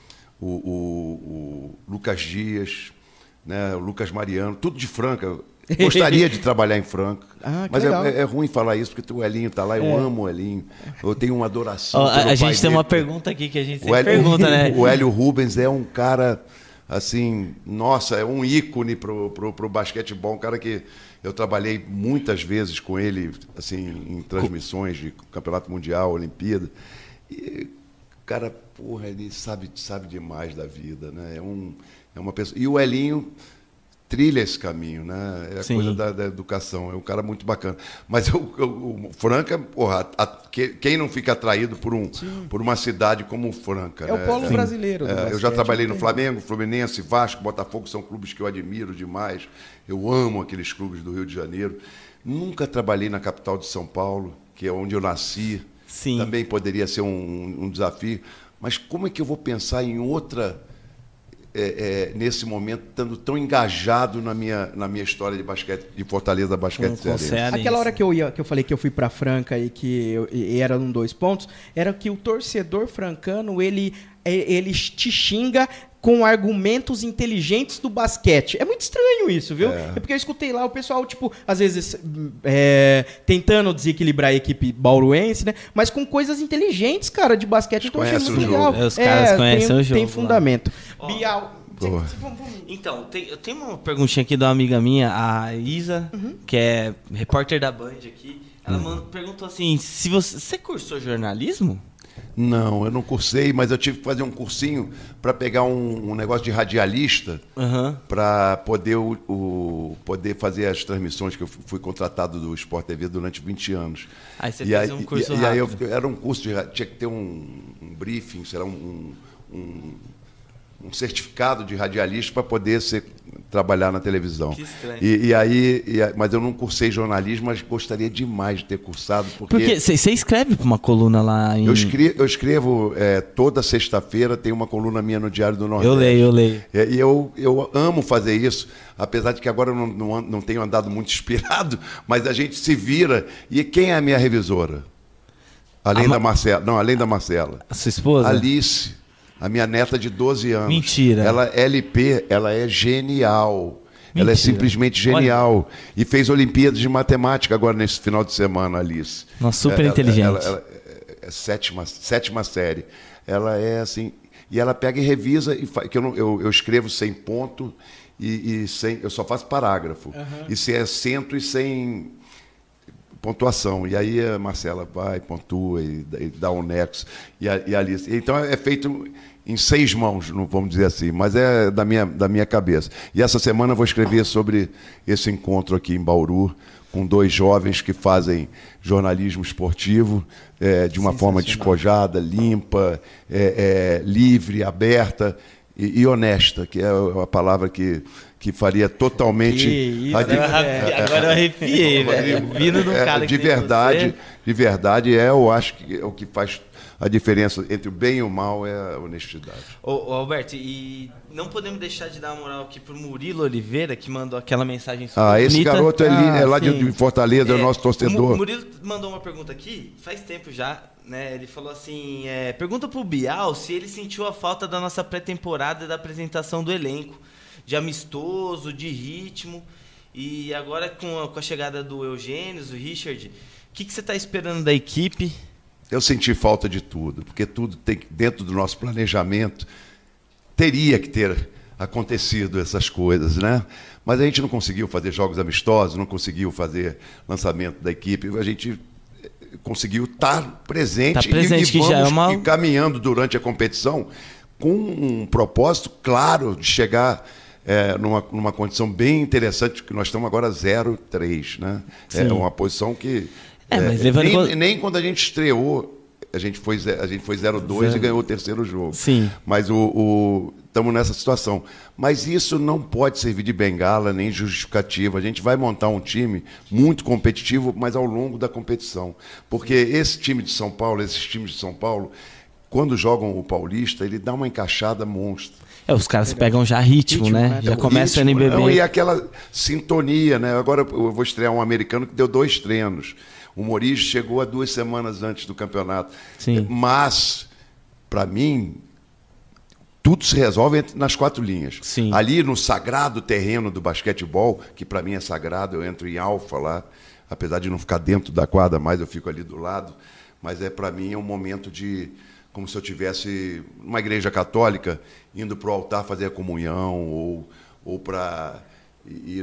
o Lucas Dias, né, o Lucas Mariano, tudo de Franca. Gostaria de trabalhar em Franca. Mas é ruim falar isso, porque o Elinho está lá, eu amo o Elinho. Eu tenho uma adoração pelo pai A gente tem dele. uma pergunta aqui que a gente sempre pergunta, né? O Hélio Rubens é um cara, assim, nossa, é um ícone pro basquetebol, um cara que eu trabalhei muitas vezes com ele, assim, em transmissões de Campeonato Mundial, Olimpíada. E cara, porra, ele sabe demais da vida, né? É uma pessoa. E o Elinho trilha esse caminho, né? É a coisa da educação. É um cara muito bacana. Mas o Franca, porra, quem não fica atraído por uma cidade como Franca? É, né? O polo brasileiro. Eu já trabalhei no Flamengo, Fluminense, Vasco, Botafogo, são clubes que eu admiro demais. Eu amo aqueles clubes do Rio de Janeiro. Nunca trabalhei na capital de São Paulo, que é onde eu nasci. Sim. Também poderia ser um desafio. Mas como é que eu vou pensar em outra nesse momento, estando tão engajado na minha história de basquete, de Fortaleza Basquete Cearense. Aquela hora que eu falei que eu fui pra Franca e que e era um 2 pontos, era que o torcedor francano, ele te xinga com argumentos inteligentes do basquete. É muito estranho isso, viu? É porque eu escutei lá o pessoal, tipo, às vezes tentando desequilibrar a equipe bauruense, né? Mas com coisas inteligentes, cara, de basquete. Então eu achei muito legal. Os caras conhecem o jogo. Tem fundamento. Bial... Então, eu tenho uma perguntinha aqui de uma amiga minha, a Isa, que é repórter da Band aqui. Ela perguntou assim, se você cursou jornalismo? Não, eu não cursei, mas eu tive que fazer um cursinho para pegar um negócio de radialista para poder, poder fazer as transmissões, que eu fui contratado do Sport TV durante 20 anos. Aí você fez um curso rápido. E aí era um curso, tinha que ter um briefing, será um certificado de radialista para poder trabalhar na televisão. Que estranho. Mas eu não cursei jornalismo, mas gostaria demais de ter cursado. Porque você escreve para uma coluna lá em... Eu escrevo toda sexta-feira, tem uma coluna minha no Diário do Nordeste. Eu leio. E eu amo fazer isso, apesar de que agora eu não tenho andado muito inspirado, mas a gente se vira. E quem é a minha revisora? Além da Marcela. Não, além da Marcela. A sua esposa? Alice. A minha neta de 12 anos. Mentira. Ela é genial. Mentira. Ela é simplesmente genial. Olha. E fez Olimpíadas de Matemática agora nesse final de semana, Alice. Nossa, super inteligente. Ela é sétima série. Ela é assim... E ela pega e revisa, que eu escrevo sem ponto e sem... Eu só faço parágrafo. E sem acento e sem... pontuação. E aí a Marcela vai, pontua e dá um nexo. E a Alice. Então é feito em 6 mãos, não vamos dizer assim, mas é da minha cabeça. E essa semana eu vou escrever sobre esse encontro aqui em Bauru, com 2 jovens que fazem jornalismo esportivo de uma forma despojada, limpa, livre, aberta e honesta, que é a palavra que faria totalmente... Agora eu arrepiei, velho. Vindo de um cara de verdade, eu acho que o que faz a diferença entre o bem e o mal é a honestidade. Ô Alberto, e não podemos deixar de dar uma moral aqui pro Murilo Oliveira, que mandou aquela mensagem super esse bonita. garoto é lá de Fortaleza, é o nosso torcedor. O Murilo mandou uma pergunta aqui, faz tempo já, né? Ele falou assim, pergunta pro Bial se ele sentiu a falta da nossa pré-temporada e da apresentação do elenco, de amistoso, de ritmo, e agora com a chegada do Eugênio, do Richard, o que você está esperando da equipe? Eu senti falta de tudo, porque tudo tem dentro do nosso planejamento, teria que ter acontecido essas coisas, né? Mas a gente não conseguiu fazer jogos amistosos, não conseguiu fazer lançamento da equipe, a gente conseguiu estar presente, e caminhando durante a competição com um propósito claro de chegar numa condição bem interessante, que nós estamos agora 0-3, né? Sim. É uma posição que... mas nem quando a gente estreou, a gente foi 0-2 e ganhou o 3º jogo. Sim. Mas estamos nessa situação. Mas isso não pode servir de bengala nem justificativa. A gente vai montar um time muito competitivo, mas ao longo da competição. Porque esses times de São Paulo, quando jogam o Paulista, ele dá uma encaixada monstra. Os caras pegam já ritmo, né? Já começa a NBB. E aquela sintonia, né? Agora eu vou estrear um americano que deu 2 treinos. O Moriz chegou 2 semanas antes do campeonato. Sim. Mas, para mim, tudo se resolve nas 4 linhas. Sim. Ali no sagrado terreno do basquetebol, que para mim é sagrado, eu entro em alfa lá, apesar de não ficar dentro da quadra, mas eu fico ali do lado. Mas para mim é um momento de... como se eu estivesse numa igreja católica, indo para o altar fazer a comunhão, ou para ir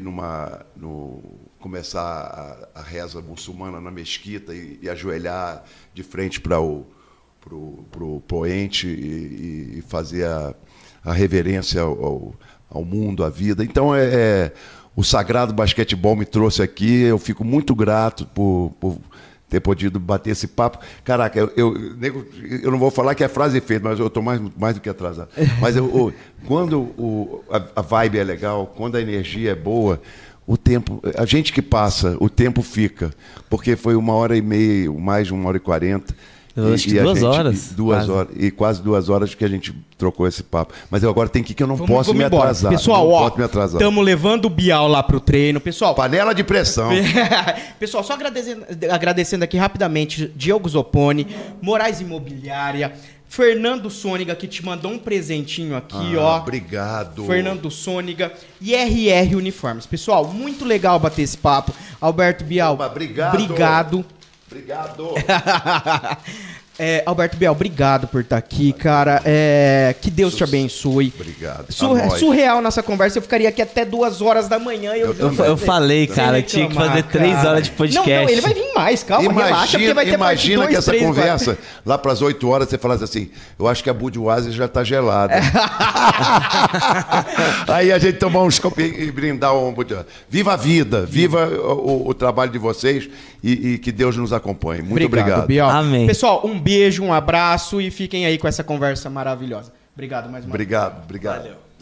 começar a reza muçulmana na mesquita e ajoelhar de frente para o poente e fazer a reverência ao mundo, à vida. Então, o sagrado basquetebol me trouxe aqui, eu fico muito grato por ter podido bater esse papo. Caraca, eu não vou falar que é frase feita, mas eu estou mais do que atrasado. Mas quando a vibe é legal, quando a energia é boa, o tempo, a gente que passa, o tempo fica. Porque foi 1h30, mais de 1h40, Eu acho que 2 horas. 2 horas. E quase 2 horas que a gente trocou esse papo. Mas eu agora tenho que ir, que eu não posso me embora. atrasar. Pessoal, não posso me atrasar. Estamos levando o Bial lá pro treino. Pessoal, Panela de pressão. pessoal, só agradecendo aqui rapidamente, Diogo Zopponi, Moraes Imobiliária, Fernando Sôniga, que te mandou um presentinho aqui, ó. Obrigado. Fernando Sôniga e RR Uniformes. Pessoal, muito legal bater esse papo. Alberto Bial, Opa, obrigado. Obrigado. Alberto Bial, obrigado por estar aqui, cara. Que Deus te abençoe. Obrigado. Surreal nossa conversa. Eu ficaria aqui até 2 horas da manhã. Eu falei, cara, tinha que fazer 3 horas de podcast. Não, ele vai vir mais, calma, relaxa, porque vai ter parte 2, que essa 3, conversa, lá para as 8 horas, você falasse assim, eu acho que a Budweiser já tá gelada. Aí a gente tomar uns copos e brindar um Budweiser. Viva a vida, viva o trabalho de vocês e que Deus nos acompanhe. Muito obrigado. Bial. Amém. Pessoal, um beijo, um abraço e fiquem aí com essa conversa maravilhosa. Obrigado mais uma vez. Obrigado. Valeu.